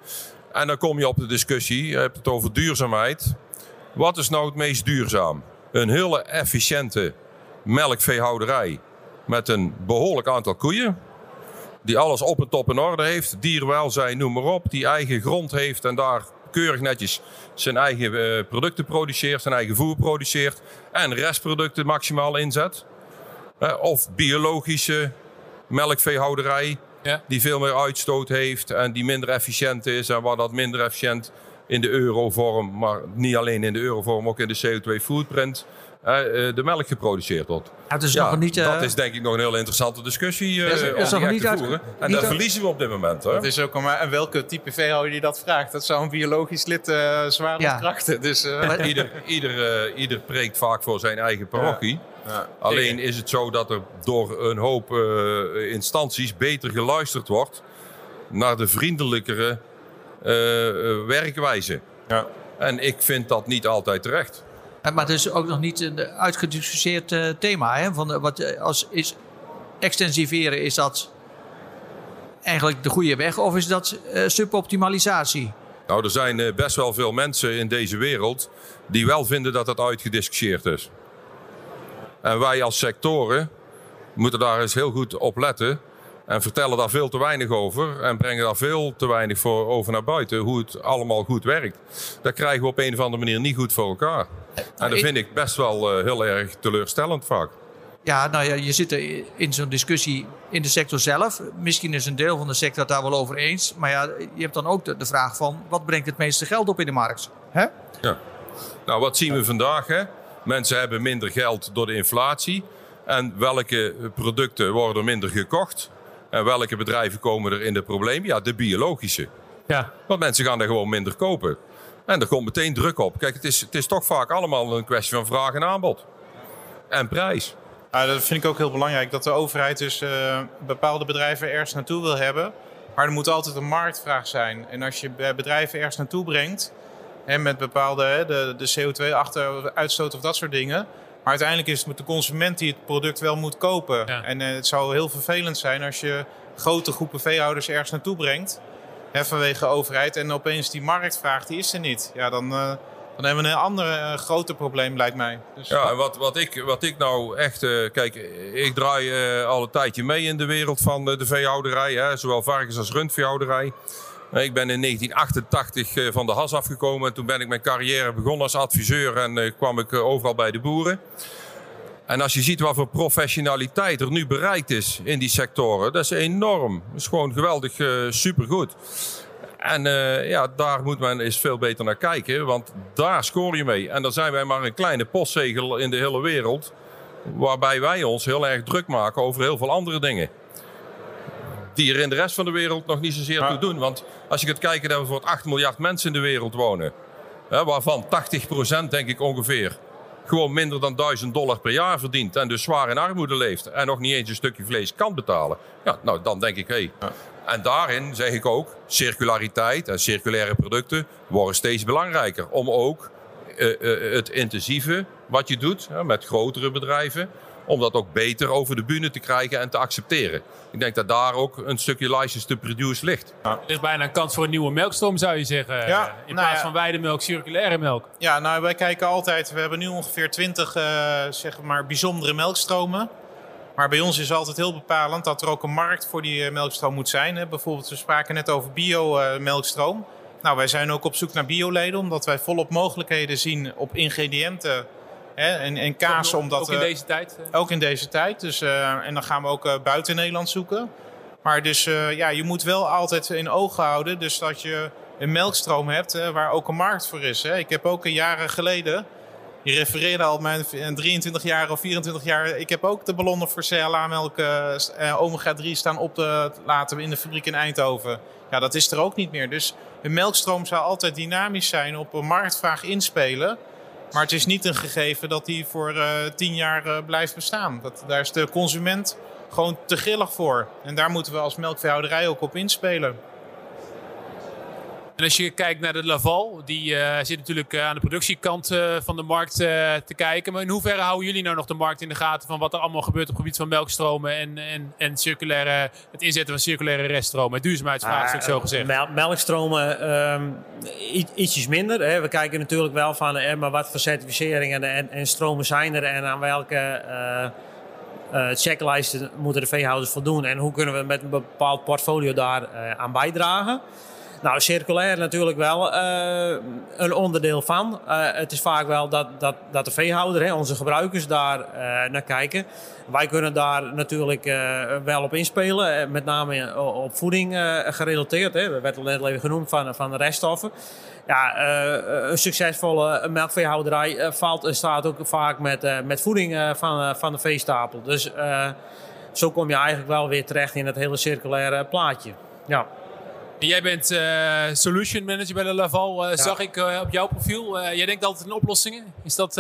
En dan kom je op de discussie, je hebt het over duurzaamheid. Wat is nou het meest duurzaam? Een hele efficiënte melkveehouderij met een behoorlijk aantal koeien. Die alles op en top in orde heeft. Dierenwelzijn, noem maar op. Die eigen grond heeft en daar keurig netjes zijn eigen producten produceert. Zijn eigen voer produceert. En restproducten maximaal inzet. Of biologische melkveehouderij. Ja. Die veel meer uitstoot heeft en die minder efficiënt is. En waar dat minder efficiënt in de eurovorm, maar niet alleen in de eurovorm, ook in de CO2 footprint, de melk geproduceerd wordt. Het is nog niet, dat is denk ik nog een heel interessante discussie om die te voeren. En daar verliezen we op dit moment. Hè? Het is ook maar welke type veehouder die dat vraagt. Dat zou een biologisch lid zwaar ontkrachten. Dus, ieder preekt vaak voor zijn eigen parochie. Ja. Alleen is het zo dat er door een hoop instanties beter geluisterd wordt naar de vriendelijkere werkwijze. Ja. En ik vind dat niet altijd terecht. Maar het is ook nog niet een uitgediscussieerd thema. Hè? Van, is extensiveren, is dat eigenlijk de goede weg of is dat suboptimalisatie? Nou, er zijn best wel veel mensen in deze wereld die wel vinden dat dat uitgediscussieerd is. En wij als sectoren moeten daar eens heel goed op letten. En vertellen daar veel te weinig over. En brengen daar veel te weinig voor over naar buiten. Hoe het allemaal goed werkt. Dat krijgen we op een of andere manier niet goed voor elkaar. En dat vind ik best wel heel erg teleurstellend vaak. Ja, nou ja, je zit in zo'n discussie in de sector zelf. Misschien is een deel van de sector het daar wel over eens. Maar ja, je hebt dan ook de vraag van... wat brengt het meeste geld op in de markt? Hè? Ja. Nou, wat zien we vandaag? Hè? Mensen hebben minder geld door de inflatie. En welke producten worden minder gekocht? En welke bedrijven komen er in de problemen? Ja, de biologische. Ja. Want mensen gaan er gewoon minder kopen. En er komt meteen druk op. Kijk, het is toch vaak allemaal een kwestie van vraag en aanbod. En prijs. Ja, dat vind ik ook heel belangrijk. Dat de overheid dus bepaalde bedrijven ergens naartoe wil hebben. Maar er moet altijd een marktvraag zijn. En als je bedrijven ergens naartoe brengt... met bepaalde de CO2-uitstoot of dat soort dingen... Maar uiteindelijk is het de consument die het product wel moet kopen. Ja. En het zou heel vervelend zijn als je grote groepen veehouders ergens naartoe brengt. Vanwege de overheid. En opeens die marktvraag, die is er niet. Ja, dan hebben we een ander groter probleem, lijkt mij. Dus... Ja, en wat ik nou echt... kijk, ik draai al een tijdje mee in de wereld van de veehouderij. Hè, zowel varkens- als rundveehouderij. Ik ben in 1988 van de has afgekomen. En toen ben ik mijn carrière begonnen als adviseur. En kwam ik overal bij de boeren. En als je ziet wat voor professionaliteit er nu bereikt is in die sectoren. Dat is enorm. Dat is gewoon geweldig supergoed. En daar moet men eens veel beter naar kijken. Want daar scoor je mee. En dan zijn wij maar een kleine postzegel in de hele wereld. Waarbij wij ons heel erg druk maken over heel veel andere dingen. Die er in de rest van de wereld nog niet zozeer toe doen. Want als je gaat kijken dat we voor 8 miljard mensen in de wereld wonen. Waarvan 80% denk ik ongeveer gewoon minder dan $1000 per jaar verdient. En dus zwaar in armoede leeft. En nog niet eens een stukje vlees kan betalen. Ja, nou dan denk ik, hey. Ja. En daarin zeg ik ook, circulariteit en circulaire producten worden steeds belangrijker. Om ook het intensieve wat je doet met grotere bedrijven... om dat ook beter over de bühne te krijgen en te accepteren. Ik denk dat daar ook een stukje license to produce ligt. Ja. Er is bijna een kans voor een nieuwe melkstroom, zou je zeggen. Ja, in plaats van weidemelk, circulaire melk. Ja, nou, wij kijken altijd... We hebben nu ongeveer 20 bijzondere melkstromen. Maar bij ons is altijd heel bepalend dat er ook een markt voor die melkstroom moet zijn. Hè. Bijvoorbeeld, we spraken net over bio-melkstroom. Nou, wij zijn ook op zoek naar bioleden, omdat wij volop mogelijkheden zien op ingrediënten... En kaas, omdat... Ook in deze tijd? Ook in deze tijd. Dus, en dan gaan we ook buiten Nederland zoeken. Maar dus je moet wel altijd in ogen houden. Dus dat je een melkstroom hebt waar ook een markt voor is. Hè. Ik heb ook jaren geleden... Je refereerde al mijn 23 jaar of 24 jaar. Ik heb ook de ballonnen voor CLA-melk omega-3 staan op te laten in de fabriek in Eindhoven. Ja, dat is er ook niet meer. Dus een melkstroom zou altijd dynamisch zijn, op een marktvraag inspelen... Maar het is niet een gegeven dat die voor 10 jaar blijft bestaan. Daar is de consument gewoon te grillig voor. En daar moeten we als melkveehouderij ook op inspelen. En als je kijkt naar de Laval, die zit natuurlijk aan de productiekant van de markt te kijken. Maar in hoeverre houden jullie nou nog de markt in de gaten van wat er allemaal gebeurt op het gebied van melkstromen en het inzetten van circulaire reststromen, het duurzaamheidsvraagstuk zo gezegd? Melkstromen ietsjes minder. Hè. We kijken natuurlijk wel van maar wat voor certificeringen en stromen zijn er en aan welke checklijsten moeten de veehouders voldoen en hoe kunnen we met een bepaald portfolio daar aan bijdragen. Nou, circulair natuurlijk wel een onderdeel van. Het is vaak wel dat de veehouder, onze gebruikers daar naar kijken. Wij kunnen daar natuurlijk wel op inspelen, met name op voeding gerelateerd. We werden net even genoemd van de reststoffen. Ja, een succesvolle melkveehouderij staat ook vaak met voeding van de veestapel. Dus zo kom je eigenlijk wel weer terecht in het hele circulaire plaatje. Ja. Jij bent solution manager bij de Laval, zag ik op jouw profiel. Jij denkt altijd in oplossingen. Is dat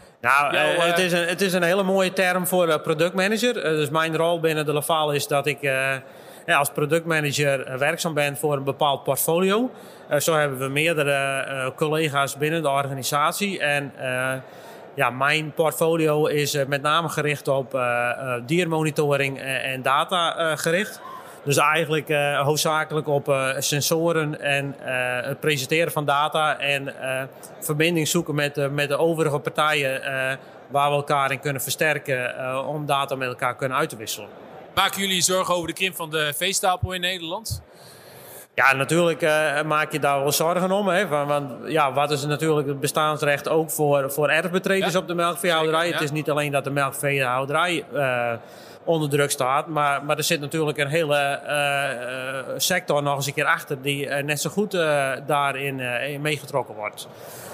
het is een hele mooie term voor productmanager. Dus mijn rol binnen de Laval is dat ik als productmanager werkzaam ben voor een bepaald portfolio. Zo hebben we meerdere collega's binnen de organisatie. En mijn portfolio is met name gericht op diermonitoring en data gericht. Dus eigenlijk hoofdzakelijk op sensoren en het presenteren van data en verbinding zoeken met de overige partijen waar we elkaar in kunnen versterken om data met elkaar kunnen uit te wisselen. Maken jullie zorgen over de krimp van de veestapel in Nederland? Ja, natuurlijk maak je daar wel zorgen om. Hè? Want wat is natuurlijk het bestaansrecht ook voor erfbetreders op de melkveehouderij. Ja. Het is niet alleen dat de melkveehouderij onder druk staat. Maar er zit natuurlijk een hele sector nog eens een keer achter die net zo goed daarin meegetrokken wordt.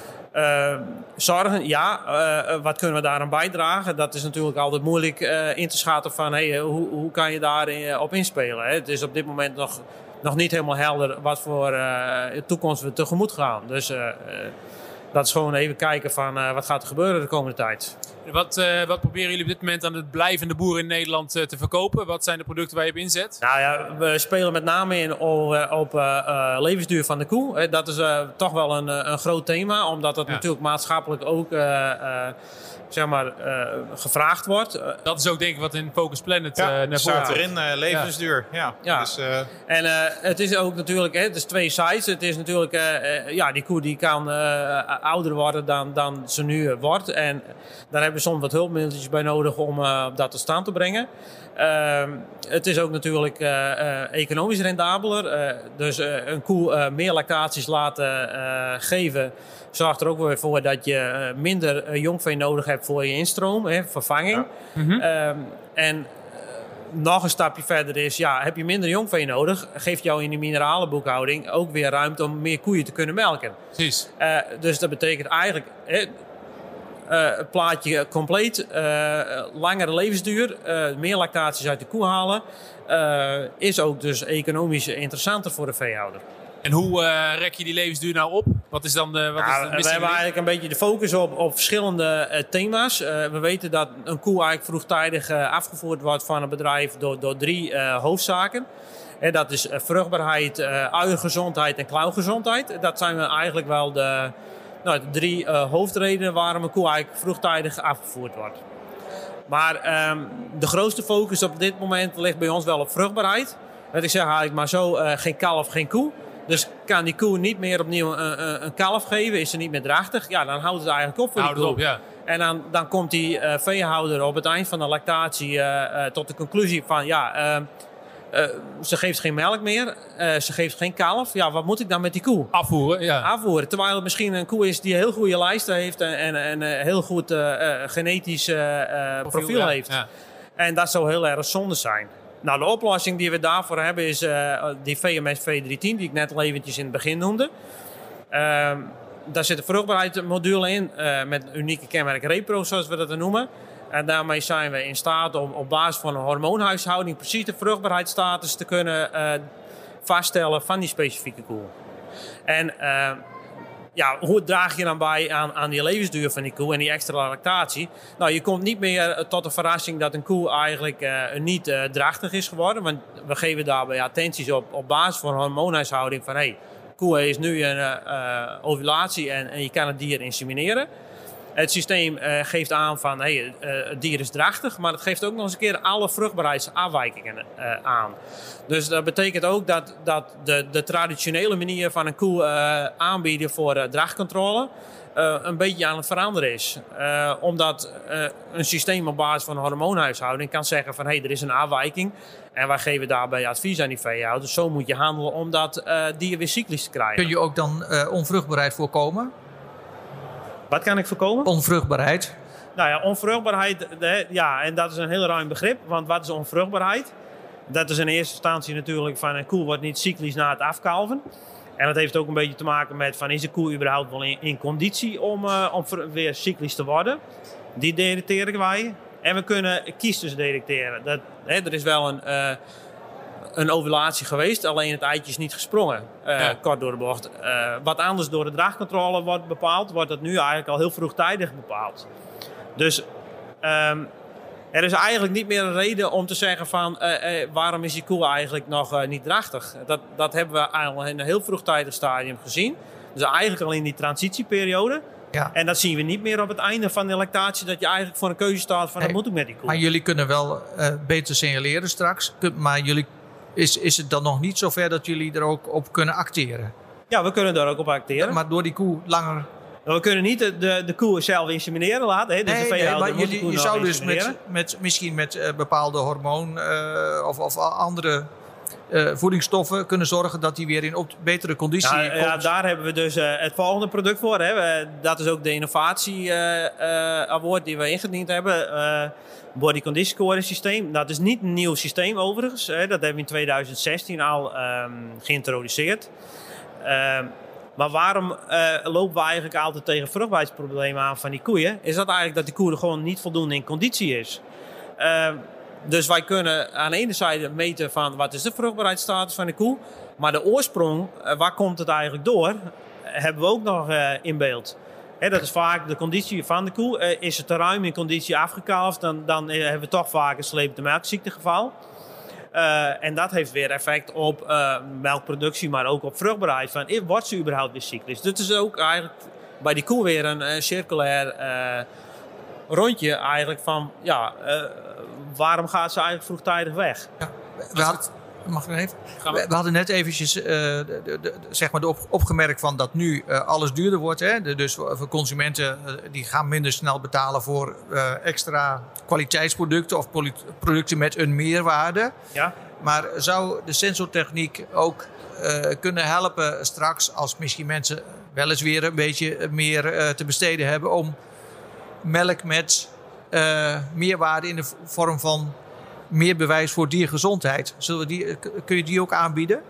Zorgen, wat kunnen we daaraan bijdragen? Dat is natuurlijk altijd moeilijk in te schatten van hoe kan je daar op inspelen. Hè? Het is op dit moment nog niet helemaal helder wat voor toekomst we tegemoet gaan. Dus dat is gewoon even kijken van wat gaat er gebeuren de komende tijd. Wat proberen jullie op dit moment aan het blijvende boeren in Nederland te verkopen? Wat zijn de producten waar je op inzet? Nou ja, we spelen met name in op levensduur van de koe. Dat is toch wel een groot thema, omdat het natuurlijk maatschappelijk ook gevraagd wordt. Dat is ook denk ik wat in Focus Planet naar voren staat erin, levensduur. Ja. Dus, en het is ook natuurlijk, het is twee sides. Het is natuurlijk, die koe die kan ouder worden dan ze nu wordt. En daar hebben we soms wat hulpmiddeltjes bij nodig om dat tot stand te brengen. Het is ook natuurlijk economisch rendabeler. Dus een koe meer lactaties laten geven zorgt er ook weer voor dat je minder jongvee nodig hebt voor je instroom, vervanging. Ja. Mm-hmm. En nog een stapje verder is, heb je minder jongvee nodig, geeft jou in de mineralenboekhouding ook weer ruimte om meer koeien te kunnen melken. Precies. Dus dat betekent eigenlijk het plaatje compleet, langere levensduur, meer lactaties uit de koe halen, is ook dus economisch interessanter voor de veehouder. En hoe rek je die levensduur nou op? Wat is dan de we hebben eigenlijk een beetje de focus op verschillende thema's. We weten dat een koe eigenlijk vroegtijdig afgevoerd wordt van een bedrijf door 3 hoofdzaken. Dat is vruchtbaarheid, uiengezondheid en klauwgezondheid. Dat zijn eigenlijk wel de 3 hoofdredenen waarom een koe eigenlijk vroegtijdig afgevoerd wordt. Maar de grootste focus op dit moment ligt bij ons wel op vruchtbaarheid. Ik zeg eigenlijk maar zo, geen kalf, geen koe. Dus kan die koe niet meer opnieuw een kalf geven, is ze niet meer drachtig, dan houdt het eigenlijk op voor die koe. En dan komt die veehouder op het eind van de lactatie tot de conclusie van ze geeft geen melk meer, ze geeft geen kalf. Ja, wat moet ik dan met die koe? Afvoeren. Terwijl het misschien een koe is die een heel goede lijsten heeft en een heel goed genetisch profiel heeft. Ja. En dat zou heel erg zonde zijn. Nou, de oplossing die we daarvoor hebben is die VMS V310, die ik net al eventjes in het begin noemde. Daar zit een vruchtbaarheidsmodule in met een unieke kenmerk Repro, zoals we dat noemen. En daarmee zijn we in staat om op basis van een hormoonhuishouding precies de vruchtbaarheidsstatus te kunnen vaststellen van die specifieke koe. En hoe draag je dan bij aan die levensduur van die koe en die extra lactatie? Nou, je komt niet meer tot de verrassing dat een koe eigenlijk niet drachtig is geworden. Want we geven daarbij attenties op basis van hormoonhuishouding van koe is nu een ovulatie en je kan het dier insemineren. Het systeem geeft aan van het dier is drachtig, maar het geeft ook nog eens een keer alle vruchtbaarheidsafwijkingen aan. Dus dat betekent ook dat de traditionele manier van een koe aanbieden voor drachtcontrole een beetje aan het veranderen is. Omdat een systeem op basis van een hormoonhuishouding kan zeggen van er is een afwijking. En wij geven daarbij advies aan die veehouders. Dus zo moet je handelen om dat dier weer cyclisch te krijgen. Kun je ook dan onvruchtbaarheid voorkomen? Wat kan ik voorkomen? Onvruchtbaarheid. Nou ja, onvruchtbaarheid, en dat is een heel ruim begrip. Want wat is onvruchtbaarheid? Dat is in eerste instantie natuurlijk van een koe wordt niet cyclisch na het afkalven. En dat heeft ook een beetje te maken met van is de koe überhaupt wel in conditie om weer cyclisch te worden. Die detecteren wij. En we kunnen kiestes detecteren. Er is wel een ovulatie geweest, alleen het eitje is niet gesprongen, kort door de bocht. Wat anders door de draagcontrole wordt bepaald, wordt dat nu eigenlijk al heel vroegtijdig bepaald. Dus er is eigenlijk niet meer een reden om te zeggen van waarom is die koe eigenlijk nog niet drachtig. Dat hebben we al in een heel vroegtijdig stadium gezien. Dus eigenlijk al in die transitieperiode. Ja. En dat zien we niet meer op het einde van de lactatie, dat je eigenlijk voor een keuze staat van wat moet ik met die koe. Maar jullie kunnen wel beter signaleren straks, maar is het dan nog niet zover dat jullie er ook op kunnen acteren? Ja, we kunnen daar ook op acteren. Maar door die koe langer... We kunnen niet de koe zelf insemineren laten. Hè? Dus maar je zou dus misschien met bepaalde hormoon of andere voedingsstoffen kunnen zorgen dat die weer in betere conditie komt. Ja, daar hebben we dus het volgende product voor. Hè. Dat is ook de innovatie award die we ingediend hebben. Body Condition Scoring systeem. Dat is niet een nieuw systeem overigens. Dat hebben we in 2016 al geïntroduceerd. Maar waarom lopen we eigenlijk altijd tegen vruchtbaarheidsproblemen aan van die koeien? Is dat eigenlijk dat die koe er gewoon niet voldoende in conditie is. Dus wij kunnen aan de ene zijde meten van wat is de vruchtbaarheidsstatus van de koe. Maar de oorsprong, waar komt het eigenlijk door, hebben we ook nog in beeld. Dat is vaak de conditie van de koe. Is het te ruim in conditie afgekalfd, dan hebben we toch vaak een slepende melkziektegeval. En dat heeft weer effect op melkproductie, maar ook op vruchtbaarheid. Van, wordt ze überhaupt weer cyclisch? Dus het is ook eigenlijk bij die koe weer een circulair rondje eigenlijk van, waarom gaat ze eigenlijk vroegtijdig weg? Ja, mag ik nog even? We hadden net eventjes opgemerkt van dat nu alles duurder wordt. Hè? Dus voor consumenten die gaan minder snel betalen voor extra kwaliteitsproducten of producten met een meerwaarde. Ja. Maar zou de sensortechniek ook kunnen helpen straks als misschien mensen wel eens weer een beetje meer te besteden hebben om melk met meerwaarde in de vorm van meer bewijs voor diergezondheid. Kun je die ook aanbieden?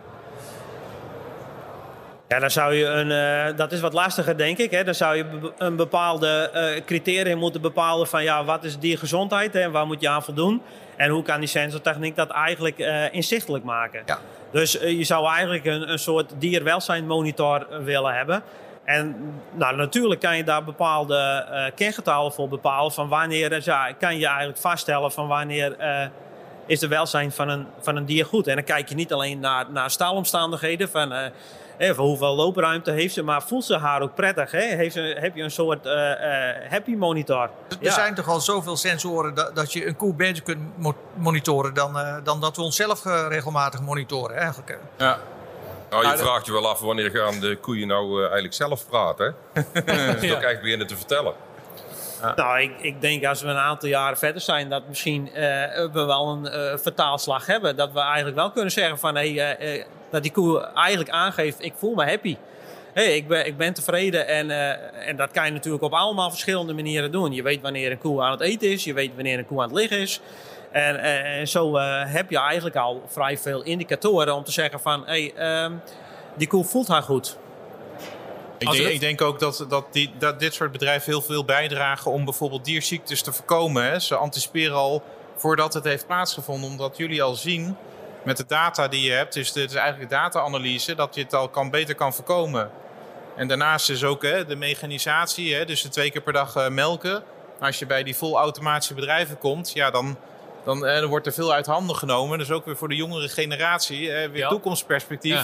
Ja, dan zou je dat is wat lastiger, denk ik. Hè. Dan zou je een bepaalde criteria moeten bepalen van wat is diergezondheid en waar moet je aan voldoen. En hoe kan die sensortechniek dat eigenlijk inzichtelijk maken. Ja. Dus je zou eigenlijk een soort dierwelzijnmonitor willen hebben. En natuurlijk kan je daar bepaalde kengetallen voor bepalen. Van wanneer kan je eigenlijk vaststellen van wanneer is de welzijn van een dier goed. En dan kijk je niet alleen naar stalomstandigheden van hoeveel loopruimte heeft ze, maar voelt ze haar ook prettig? Hè? Heb je een soort happy monitor? Er zijn toch al zoveel sensoren dat je een koe beter kunt monitoren dan dat we onszelf regelmatig monitoren eigenlijk. Ja. Nou, je vraagt je wel af wanneer gaan de koeien nou eigenlijk zelf praten. Hè? Dat is ook echt beginnen te vertellen. Ja. Nou, ik denk als we een aantal jaren verder zijn, dat misschien we wel een vertaalslag hebben. Dat we eigenlijk wel kunnen zeggen van dat die koe eigenlijk aangeeft, ik voel me happy. Ik ben tevreden en dat kan je natuurlijk op allemaal verschillende manieren doen. Je weet wanneer een koe aan het eten is, je weet wanneer een koe aan het liggen is. En zo heb je eigenlijk al vrij veel indicatoren om te zeggen van die koe voelt haar goed. Ik denk ook dat dit soort bedrijven heel veel bijdragen om bijvoorbeeld dierziektes te voorkomen. Hè. Ze anticiperen al voordat het heeft plaatsgevonden, omdat jullie al zien met de data die je hebt, dus het is eigenlijk data-analyse, dat je het al beter kan voorkomen. En daarnaast is ook de mechanisatie, dus de 2 keer per dag melken. Maar als je bij die volautomatische bedrijven komt, dan wordt er veel uit handen genomen. Dus ook weer voor de jongere generatie, weer toekomstperspectief. Ja.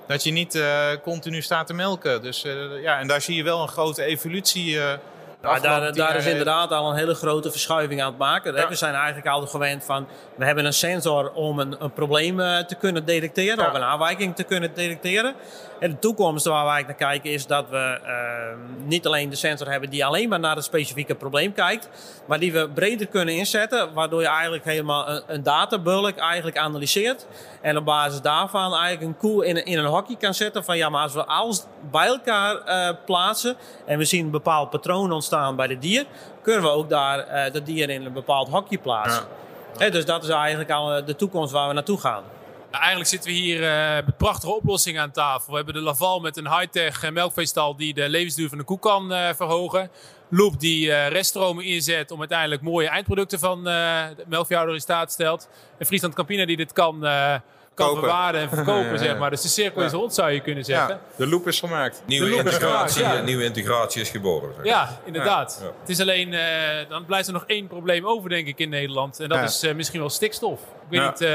dat je niet continu staat te melken. Dus en daar zie je wel een grote evolutie. Daar is inderdaad al een hele grote verschuiving aan het maken. Ja. We zijn eigenlijk al gewend van, we hebben een sensor om een probleem te kunnen detecteren of een aanwijking te kunnen detecteren. En de toekomst waar wij naar kijken is dat we niet alleen de sensor hebben die alleen maar naar het specifieke probleem kijkt, maar die we breder kunnen inzetten, waardoor je eigenlijk helemaal een databulk eigenlijk analyseert. En op basis daarvan eigenlijk een koe in een hokje kan zetten van maar als we alles bij elkaar plaatsen en we zien een bepaald patroon ontstaan bij het dier, kunnen we ook daar dat dier in een bepaald hokje plaatsen. Ja. Dus dat is eigenlijk al de toekomst waar we naartoe gaan. Eigenlijk zitten we hier met prachtige oplossingen aan tafel. We hebben de Laval met een high-tech melkveestal die de levensduur van de koe kan verhogen. Loop die reststromen inzet om uiteindelijk mooie eindproducten van de melkveehouder in staat stelt. En Friesland Campina die dit kan bewaren en verkopen, zeg maar. Dus de cirkel is rond, zou je kunnen zeggen. Ja, de loop is gemaakt. Nieuwe integratie is geboren. Zeg. Ja, inderdaad. Ja. Het is alleen, dan blijft er nog één probleem over, denk ik, in Nederland. En dat is misschien wel stikstof. Ik weet niet,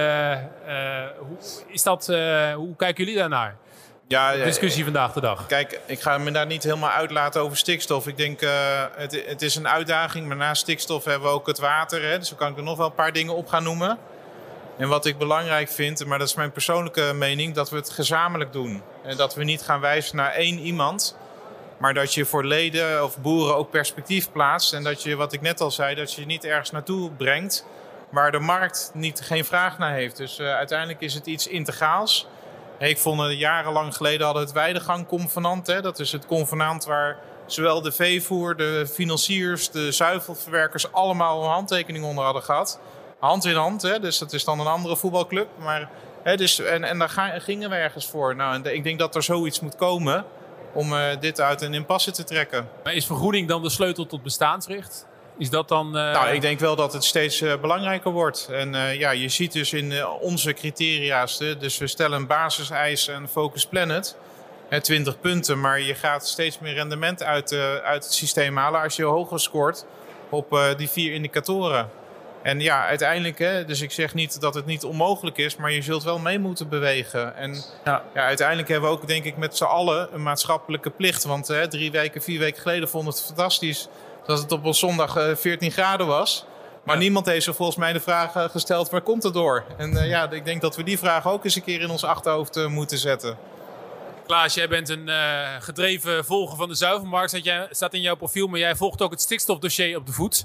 hoe kijken jullie daarnaar? Ja, discussie vandaag de dag. Kijk, ik ga me daar niet helemaal uitlaten over stikstof. Ik denk, het is een uitdaging. Maar naast stikstof hebben we ook het water. Hè? Dus zo kan ik er nog wel een paar dingen op gaan noemen. En wat ik belangrijk vind, maar dat is mijn persoonlijke mening, dat we het gezamenlijk doen. En dat we niet gaan wijzen naar één iemand, maar dat je voor leden of boeren ook perspectief plaatst. En dat je, wat ik net al zei, dat je niet ergens naartoe brengt waar de markt geen vraag naar heeft. Dus uiteindelijk is het iets integraals. Ik vond jarenlang geleden hadden het weidegangconvenant. Dat is het convenant waar zowel de veevoer, de financiers, de zuivelverwerkers allemaal een handtekening onder hadden gehad. Hand in hand, dus dat is dan een andere voetbalclub. Maar, en daar gingen we ergens voor. Nou, en ik denk dat er zoiets moet komen om dit uit een impasse te trekken. Maar is vergroening dan de sleutel tot bestaansrecht? Is dat dan... Nou, ik denk wel dat het steeds belangrijker wordt. En je ziet dus in onze criteria's, dus we stellen een basiseis en Focus Planet, 20 punten. Maar je gaat steeds meer rendement uit het systeem halen als je hoger scoort op die 4 indicatoren. En uiteindelijk, dus ik zeg niet dat het niet onmogelijk is, maar je zult wel mee moeten bewegen. En uiteindelijk hebben we ook, denk ik, met z'n allen een maatschappelijke plicht. Want 4 weken geleden vonden we het fantastisch dat het op een zondag 14 graden was. Maar niemand heeft zo volgens mij de vraag gesteld, waar komt het door? En ik denk dat we die vraag ook eens een keer in ons achterhoofd moeten zetten. Klaas, jij bent een gedreven volger van de zuivelmarkt. Staat in jouw profiel, maar jij volgt ook het stikstofdossier op de voet.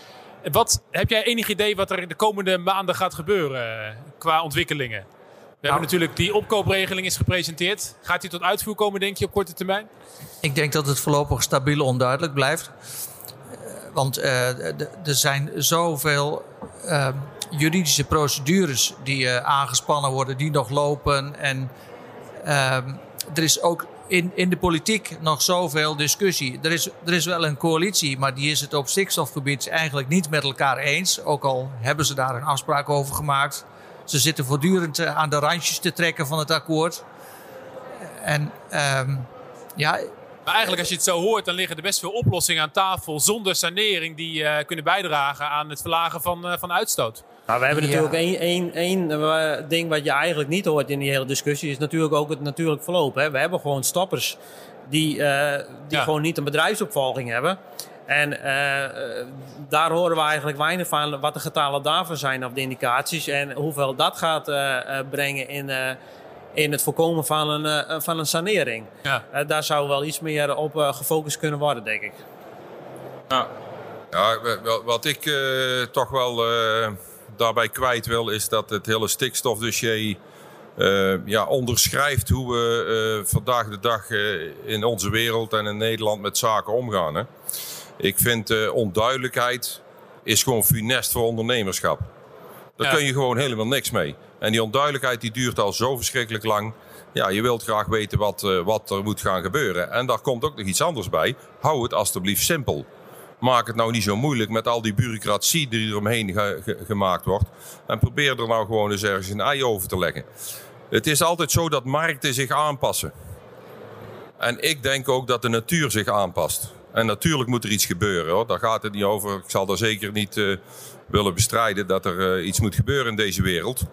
Heb jij enig idee wat er de komende maanden gaat gebeuren qua ontwikkelingen? We hebben natuurlijk die opkoopregeling is gepresenteerd. Gaat die tot uitvoer komen, denk je, op korte termijn? Ik denk dat het voorlopig stabiel onduidelijk blijft. Want er zijn zoveel juridische procedures die aangespannen worden, die nog lopen. En er is ook in de politiek nog zoveel discussie. Er is wel een coalitie, maar die is het op stikstofgebied eigenlijk niet met elkaar eens. Ook al hebben ze daar een afspraak over gemaakt. Ze zitten voortdurend aan de randjes te trekken van het akkoord. En Maar eigenlijk als je het zo hoort, dan liggen er best veel oplossingen aan tafel zonder sanering die kunnen bijdragen aan het verlagen van uitstoot. Nou, we hebben natuurlijk één ding wat je eigenlijk niet hoort in die hele discussie, is natuurlijk ook het natuurlijk verloop. Hè. We hebben gewoon stoppers die gewoon niet een bedrijfsopvolging hebben. En daar horen we eigenlijk weinig van wat de getallen daarvan zijn of de indicaties en hoeveel dat gaat brengen in het voorkomen van een sanering. Ja. Daar zou wel iets meer op gefocust kunnen worden, denk ik. Ja, wat ik toch wel daarbij kwijt wil, is dat het hele stikstofdossier onderschrijft hoe we vandaag de dag in onze wereld en in Nederland met zaken omgaan. Hè. Ik vind onduidelijkheid is gewoon funest voor ondernemerschap. Daar kun je gewoon helemaal niks mee. En die onduidelijkheid die duurt al zo verschrikkelijk lang. Ja, je wilt graag weten wat er moet gaan gebeuren. En daar komt ook nog iets anders bij. Hou het alstublieft simpel. Maak het nou niet zo moeilijk met al die bureaucratie die er omheen gemaakt wordt. En probeer er nou gewoon eens ergens een ei over te leggen. Het is altijd zo dat markten zich aanpassen. En ik denk ook dat de natuur zich aanpast. En natuurlijk moet er iets gebeuren, hoor. Daar gaat het niet over. Ik zal daar zeker niet willen bestrijden dat er iets moet gebeuren in deze wereld.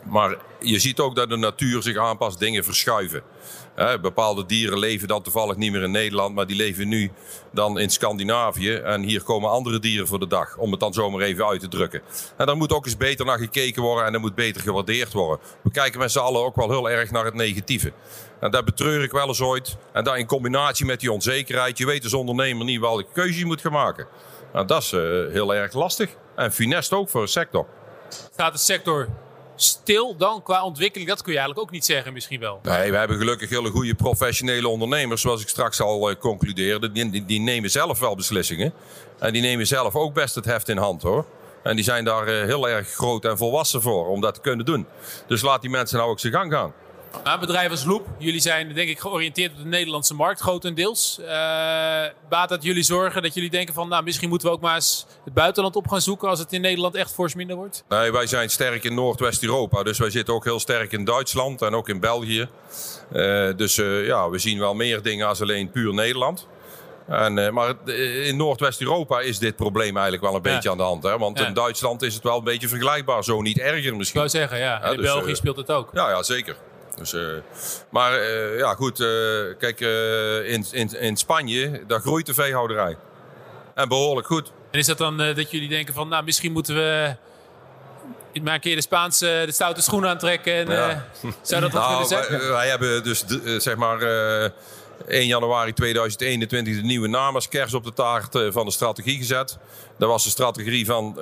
Maar je ziet ook dat de natuur zich aanpast, dingen verschuiven. Bepaalde dieren leven dan toevallig niet meer in Nederland, maar die leven nu dan in Scandinavië. En hier komen andere dieren voor de dag, om het dan zomaar even uit te drukken. En daar moet ook eens beter naar gekeken worden en er moet beter gewaardeerd worden. We kijken met z'n allen ook wel heel erg naar het negatieve. En dat betreur ik wel eens ooit. En dat in combinatie met die onzekerheid, je weet als ondernemer niet welke keuze je moet gaan maken. Nou, dat is heel erg lastig. En funest ook voor de sector. Staat de sector stil dan qua ontwikkeling? Dat kun je eigenlijk ook niet zeggen misschien wel. Nee, we hebben gelukkig hele goede professionele ondernemers, zoals ik straks al concludeerde. Die nemen zelf wel beslissingen. En die nemen zelf ook best het heft in hand, hoor. En die zijn daar heel erg groot en volwassen voor om dat te kunnen doen. Dus laat die mensen nou ook zijn gang gaan. Nou, bedrijf als Loop, jullie zijn denk ik georiënteerd op de Nederlandse markt grotendeels. Baat dat jullie zorgen dat jullie denken van, nou, misschien moeten we ook maar eens het buitenland op gaan zoeken als het in Nederland echt fors minder wordt? Nee, wij zijn sterk in Noordwest-Europa. Dus wij zitten ook heel sterk in Duitsland en ook in België. Dus we zien wel meer dingen als alleen puur Nederland. Maar in Noordwest-Europa is dit probleem eigenlijk wel een beetje aan de hand. Hè? Want in Duitsland is het wel een beetje vergelijkbaar. Zo niet erger misschien. Ik wou zeggen, ja. En in België speelt het ook. Ja, zeker. Dus, goed. Kijk, in Spanje, daar groeit de veehouderij. En behoorlijk goed. En is dat dan dat jullie denken van, nou, misschien moeten we maar een keer de stoute schoenen aantrekken? En, zou dat wat kunnen zijn? Wij hebben dus, 1 januari 2021 de nieuwe naam als kers op de taart van de strategie gezet. Dat was de strategie van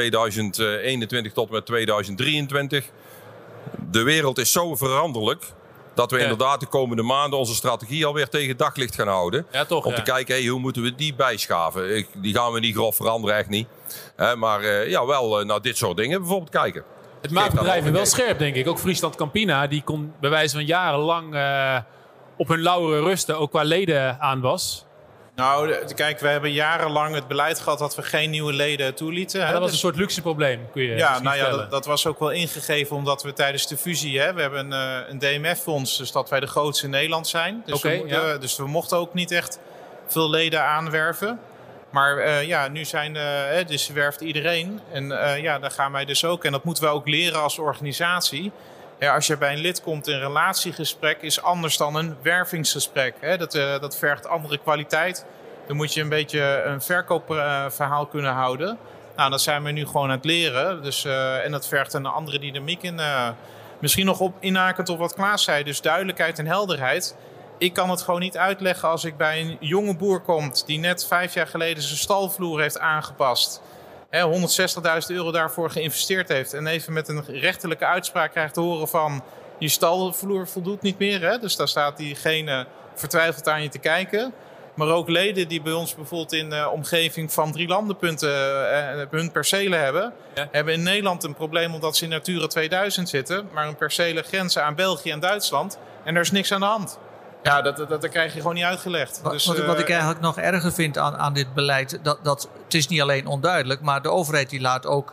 2021 tot en met 2023. De wereld is zo veranderlijk dat we inderdaad de komende maanden onze strategie alweer tegen daglicht gaan houden. Ja, toch, om te kijken, hoe moeten we die bijschaven? Die gaan we niet grof veranderen, echt niet. Maar wel naar dit soort dingen bijvoorbeeld kijken. Het maakt bedrijven wel scherp, denk ik. Ook Friesland Campina, die kon bij wijze van jarenlang op hun lauweren rusten, ook qua leden aan was. Nou, kijk, we hebben jarenlang het beleid gehad dat we geen nieuwe leden toelieten. Dat was een soort luxe probleem, kun je dat was ook wel ingegeven omdat we tijdens de fusie, we hebben een DMF-fonds, dus dat wij de grootste in Nederland zijn. Dus, dus we mochten ook niet echt veel leden aanwerven. Maar nu zijn, dus werft iedereen. En daar gaan wij dus ook. En dat moeten we ook leren als organisatie. Ja, als je bij een lid komt, een relatiegesprek is anders dan een wervingsgesprek. Dat vergt andere kwaliteit. Dan moet je een beetje een verkoopverhaal kunnen houden. Nou, dat zijn we nu gewoon aan het leren. Dus, en dat vergt een andere dynamiek in. Misschien nog inhakend op wat Klaas zei. Dus duidelijkheid en helderheid. Ik kan het gewoon niet uitleggen als ik bij een jonge boer kom die net 5 jaar geleden zijn stalvloer heeft aangepast. 160.000 euro daarvoor geïnvesteerd heeft. En even met een rechterlijke uitspraak krijgt te horen van je stalvloer voldoet niet meer. Hè? Dus daar staat diegene vertwijfeld aan je te kijken. Maar ook leden die bij ons bijvoorbeeld in de omgeving van 3 landenpunten hun percelen hebben. Ja. Hebben in Nederland een probleem omdat ze in Natura 2000 zitten. Maar hun percelen grenzen aan België en Duitsland. En er is niks aan de hand. Ja, dat krijg je gewoon niet uitgelegd. Wat ik eigenlijk nog erger vind aan dit beleid, dat het is niet alleen onduidelijk, maar de overheid die laat ook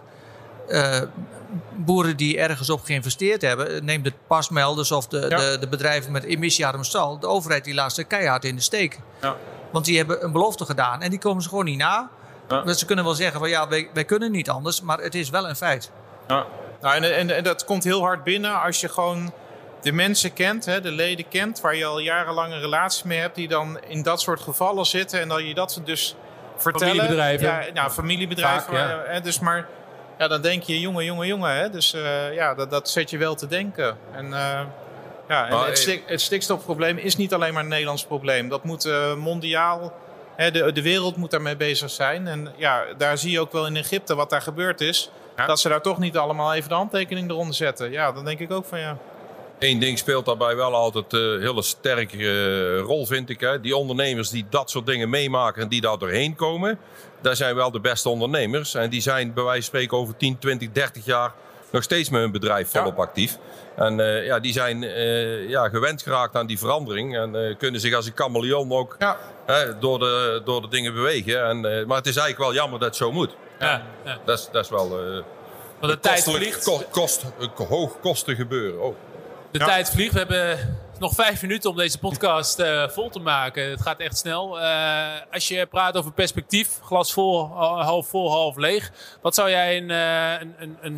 boeren die ergens op geïnvesteerd hebben, neem de pasmelders of de bedrijven met emissiearm stal, de overheid die laat ze keihard in de steek. Ja. Want die hebben een belofte gedaan en die komen ze gewoon niet na. Ja. Dus ze kunnen wel zeggen van wij kunnen niet anders, maar het is wel een feit. Ja. Nou, en dat komt heel hard binnen als je gewoon de mensen kent, de leden kent, waar je al jarenlang een relatie mee hebt, die dan in dat soort gevallen zitten en dan je dat dus vertellen. Familiebedrijven. Familiebedrijven. Vaak, dus maar dan denk je, jongen. Hè? Dus dat zet je wel te denken. En, het stikstofprobleem is niet alleen maar een Nederlands probleem. Dat moet mondiaal, de wereld moet daarmee bezig zijn. En daar zie je ook wel in Egypte wat daar gebeurd is. Ja. Dat ze daar toch niet allemaal even de handtekening eronder zetten. Ja, dan denk ik ook van Eén ding speelt daarbij wel altijd een hele sterke rol, vind ik. Hè. Die ondernemers die dat soort dingen meemaken en die daar doorheen komen, daar zijn wel de beste ondernemers. En die zijn bij wijze van spreken over 10, 20, 30 jaar nog steeds met hun bedrijf volop actief. En die zijn gewend geraakt aan die verandering. En kunnen zich als een chameleon ook door de dingen bewegen. Maar het is eigenlijk wel jammer dat het zo moet. Ja. Dat is wel want de tijd vliegt. Hoog kosten gebeuren. Oh. De tijd vliegt. We hebben nog 5 minuten om deze podcast vol te maken. Het gaat echt snel. Als je praat over perspectief, glas vol, half leeg. Wat zou jij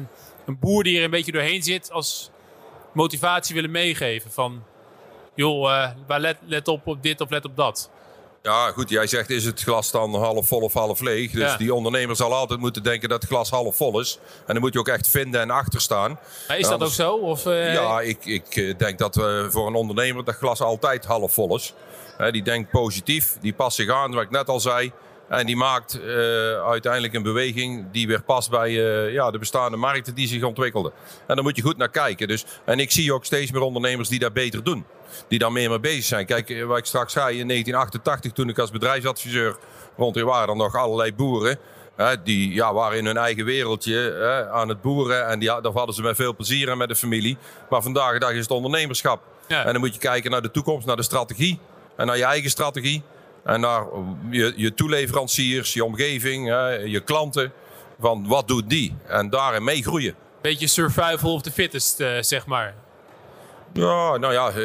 een boer die er een beetje doorheen zit als motivatie willen meegeven? Van, joh, let op dit of let op dat. Ja, goed, jij zegt, is het glas dan half vol of half leeg? Dus die ondernemer zal altijd moeten denken dat het glas half vol is. En dan moet je ook echt vinden en achter staan. Maar is dat ook zo? Of, Ja, ik denk dat voor een ondernemer dat glas altijd half vol is. Die denkt positief, die past zich aan, wat ik net al zei. En die maakt uiteindelijk een beweging die weer past bij de bestaande markten die zich ontwikkelden. En daar moet je goed naar kijken. Dus, en ik zie ook steeds meer ondernemers die dat beter doen. Die daar meer mee bezig zijn. Kijk, wat ik straks zei, in 1988 toen ik als bedrijfsadviseur rond, er waren er nog allerlei boeren. Die waren in hun eigen wereldje aan het boeren. En dat hadden ze met veel plezier en met de familie. Maar vandaag de dag is het ondernemerschap. Ja. En dan moet je kijken naar de toekomst, naar de strategie. En naar je eigen strategie. En naar je toeleveranciers, je omgeving, je klanten. Van wat doet die? En daarin mee groeien. Beetje survival of the fittest, zeg maar. Ja, nou ja,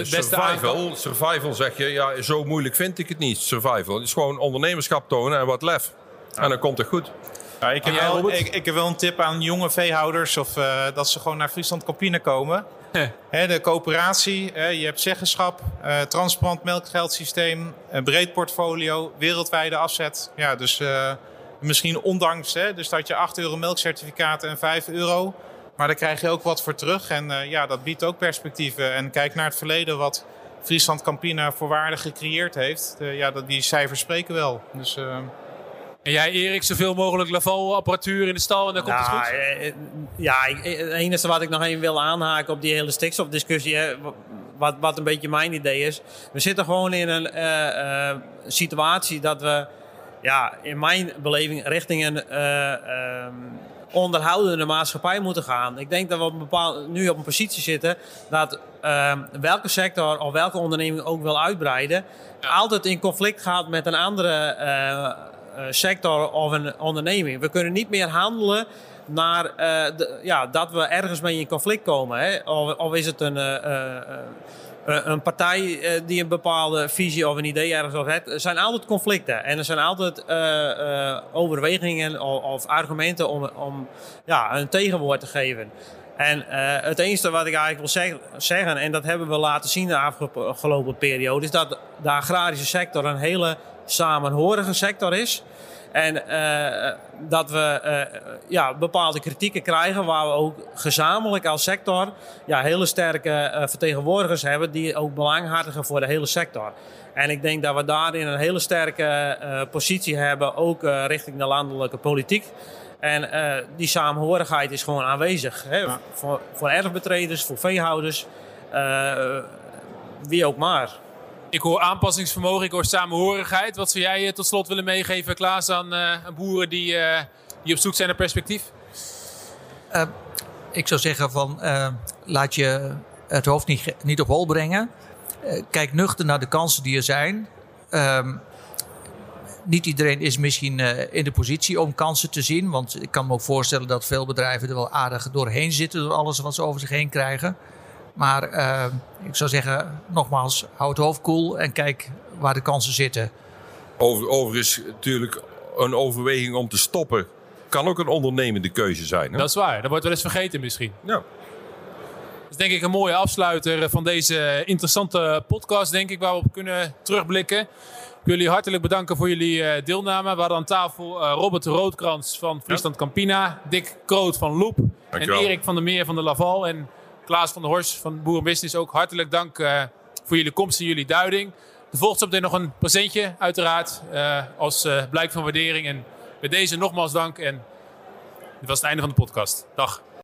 survival zeg je. Ja, zo moeilijk vind ik het niet, survival. Het is gewoon ondernemerschap tonen en wat lef. Ja. En dan komt het goed. Ja, ik heb wel een tip aan jonge veehouders. Of dat ze gewoon naar Friesland Campina komen. De coöperatie, je hebt zeggenschap, transparant melkgeldsysteem, een breed portfolio, wereldwijde afzet. Ja, dus misschien ondanks dus dat je €8 melkcertificaten en €5. Maar daar krijg je ook wat voor terug. En dat biedt ook perspectieven. En kijk naar het verleden wat Friesland Campina voor waarde gecreëerd heeft. Die cijfers spreken wel. Dus, En jij, Erik, zoveel mogelijk Laval-apparatuur in de stal en dan komt het goed? Het enige wat ik nog even wil aanhaken op die hele stikstofdiscussie, wat een beetje mijn idee is. We zitten gewoon in een situatie dat we, in mijn beleving, richting een onderhoudende maatschappij moeten gaan. Ik denk dat we nu op een positie zitten dat welke sector of welke onderneming ook wil uitbreiden, altijd in conflict gaat met een andere sector of een onderneming. We kunnen niet meer handelen naar dat we ergens mee in conflict komen. Hè? Of is het een partij die een bepaalde visie of een idee ergens over heeft. Er zijn altijd conflicten. En er zijn altijd overwegingen of argumenten om een tegenwoord te geven. En het enige wat ik eigenlijk wil zeggen, en dat hebben we laten zien de afgelopen periode, is dat de agrarische sector een hele samenhorige sector is. En dat we bepaalde kritieken krijgen waar we ook gezamenlijk als sector hele sterke vertegenwoordigers hebben die ook belanghartigen voor de hele sector. En ik denk dat we daarin een hele sterke positie hebben, ook richting de landelijke politiek. En die samenhorigheid is gewoon aanwezig. Hè? Ja. Voor erfbetreders, voor veehouders, wie ook maar. Ik hoor aanpassingsvermogen, ik hoor samenhorigheid. Wat zou jij tot slot willen meegeven, Klaas, aan boeren die op zoek zijn naar perspectief? Ik zou zeggen laat je het hoofd niet op hol brengen. Kijk nuchter naar de kansen die er zijn. Niet iedereen is misschien in de positie om kansen te zien. Want ik kan me ook voorstellen dat veel bedrijven er wel aardig doorheen zitten door alles wat ze over zich heen krijgen. Maar ik zou zeggen, nogmaals, hou het hoofd koel en kijk waar de kansen zitten. Overigens natuurlijk een overweging om te stoppen kan ook een ondernemende keuze zijn. Hè? Dat is waar, dat wordt wel eens vergeten misschien. Ja. Dat is denk ik een mooie afsluiter van deze interessante podcast, denk ik, waar we op kunnen terugblikken. Ik wil jullie hartelijk bedanken voor jullie deelname. We hadden aan tafel Robert Roodkrans van Friesland Campina, Dick Kroot van Loop en Erik van der Meer van de Laval en Klaas van der Horst van Boerenbusiness. Ook hartelijk dank voor jullie komst en jullie duiding. Er volgt zo meteen nog een presentje uiteraard als blijk van waardering. En bij deze nogmaals dank en dit was het einde van de podcast. Dag.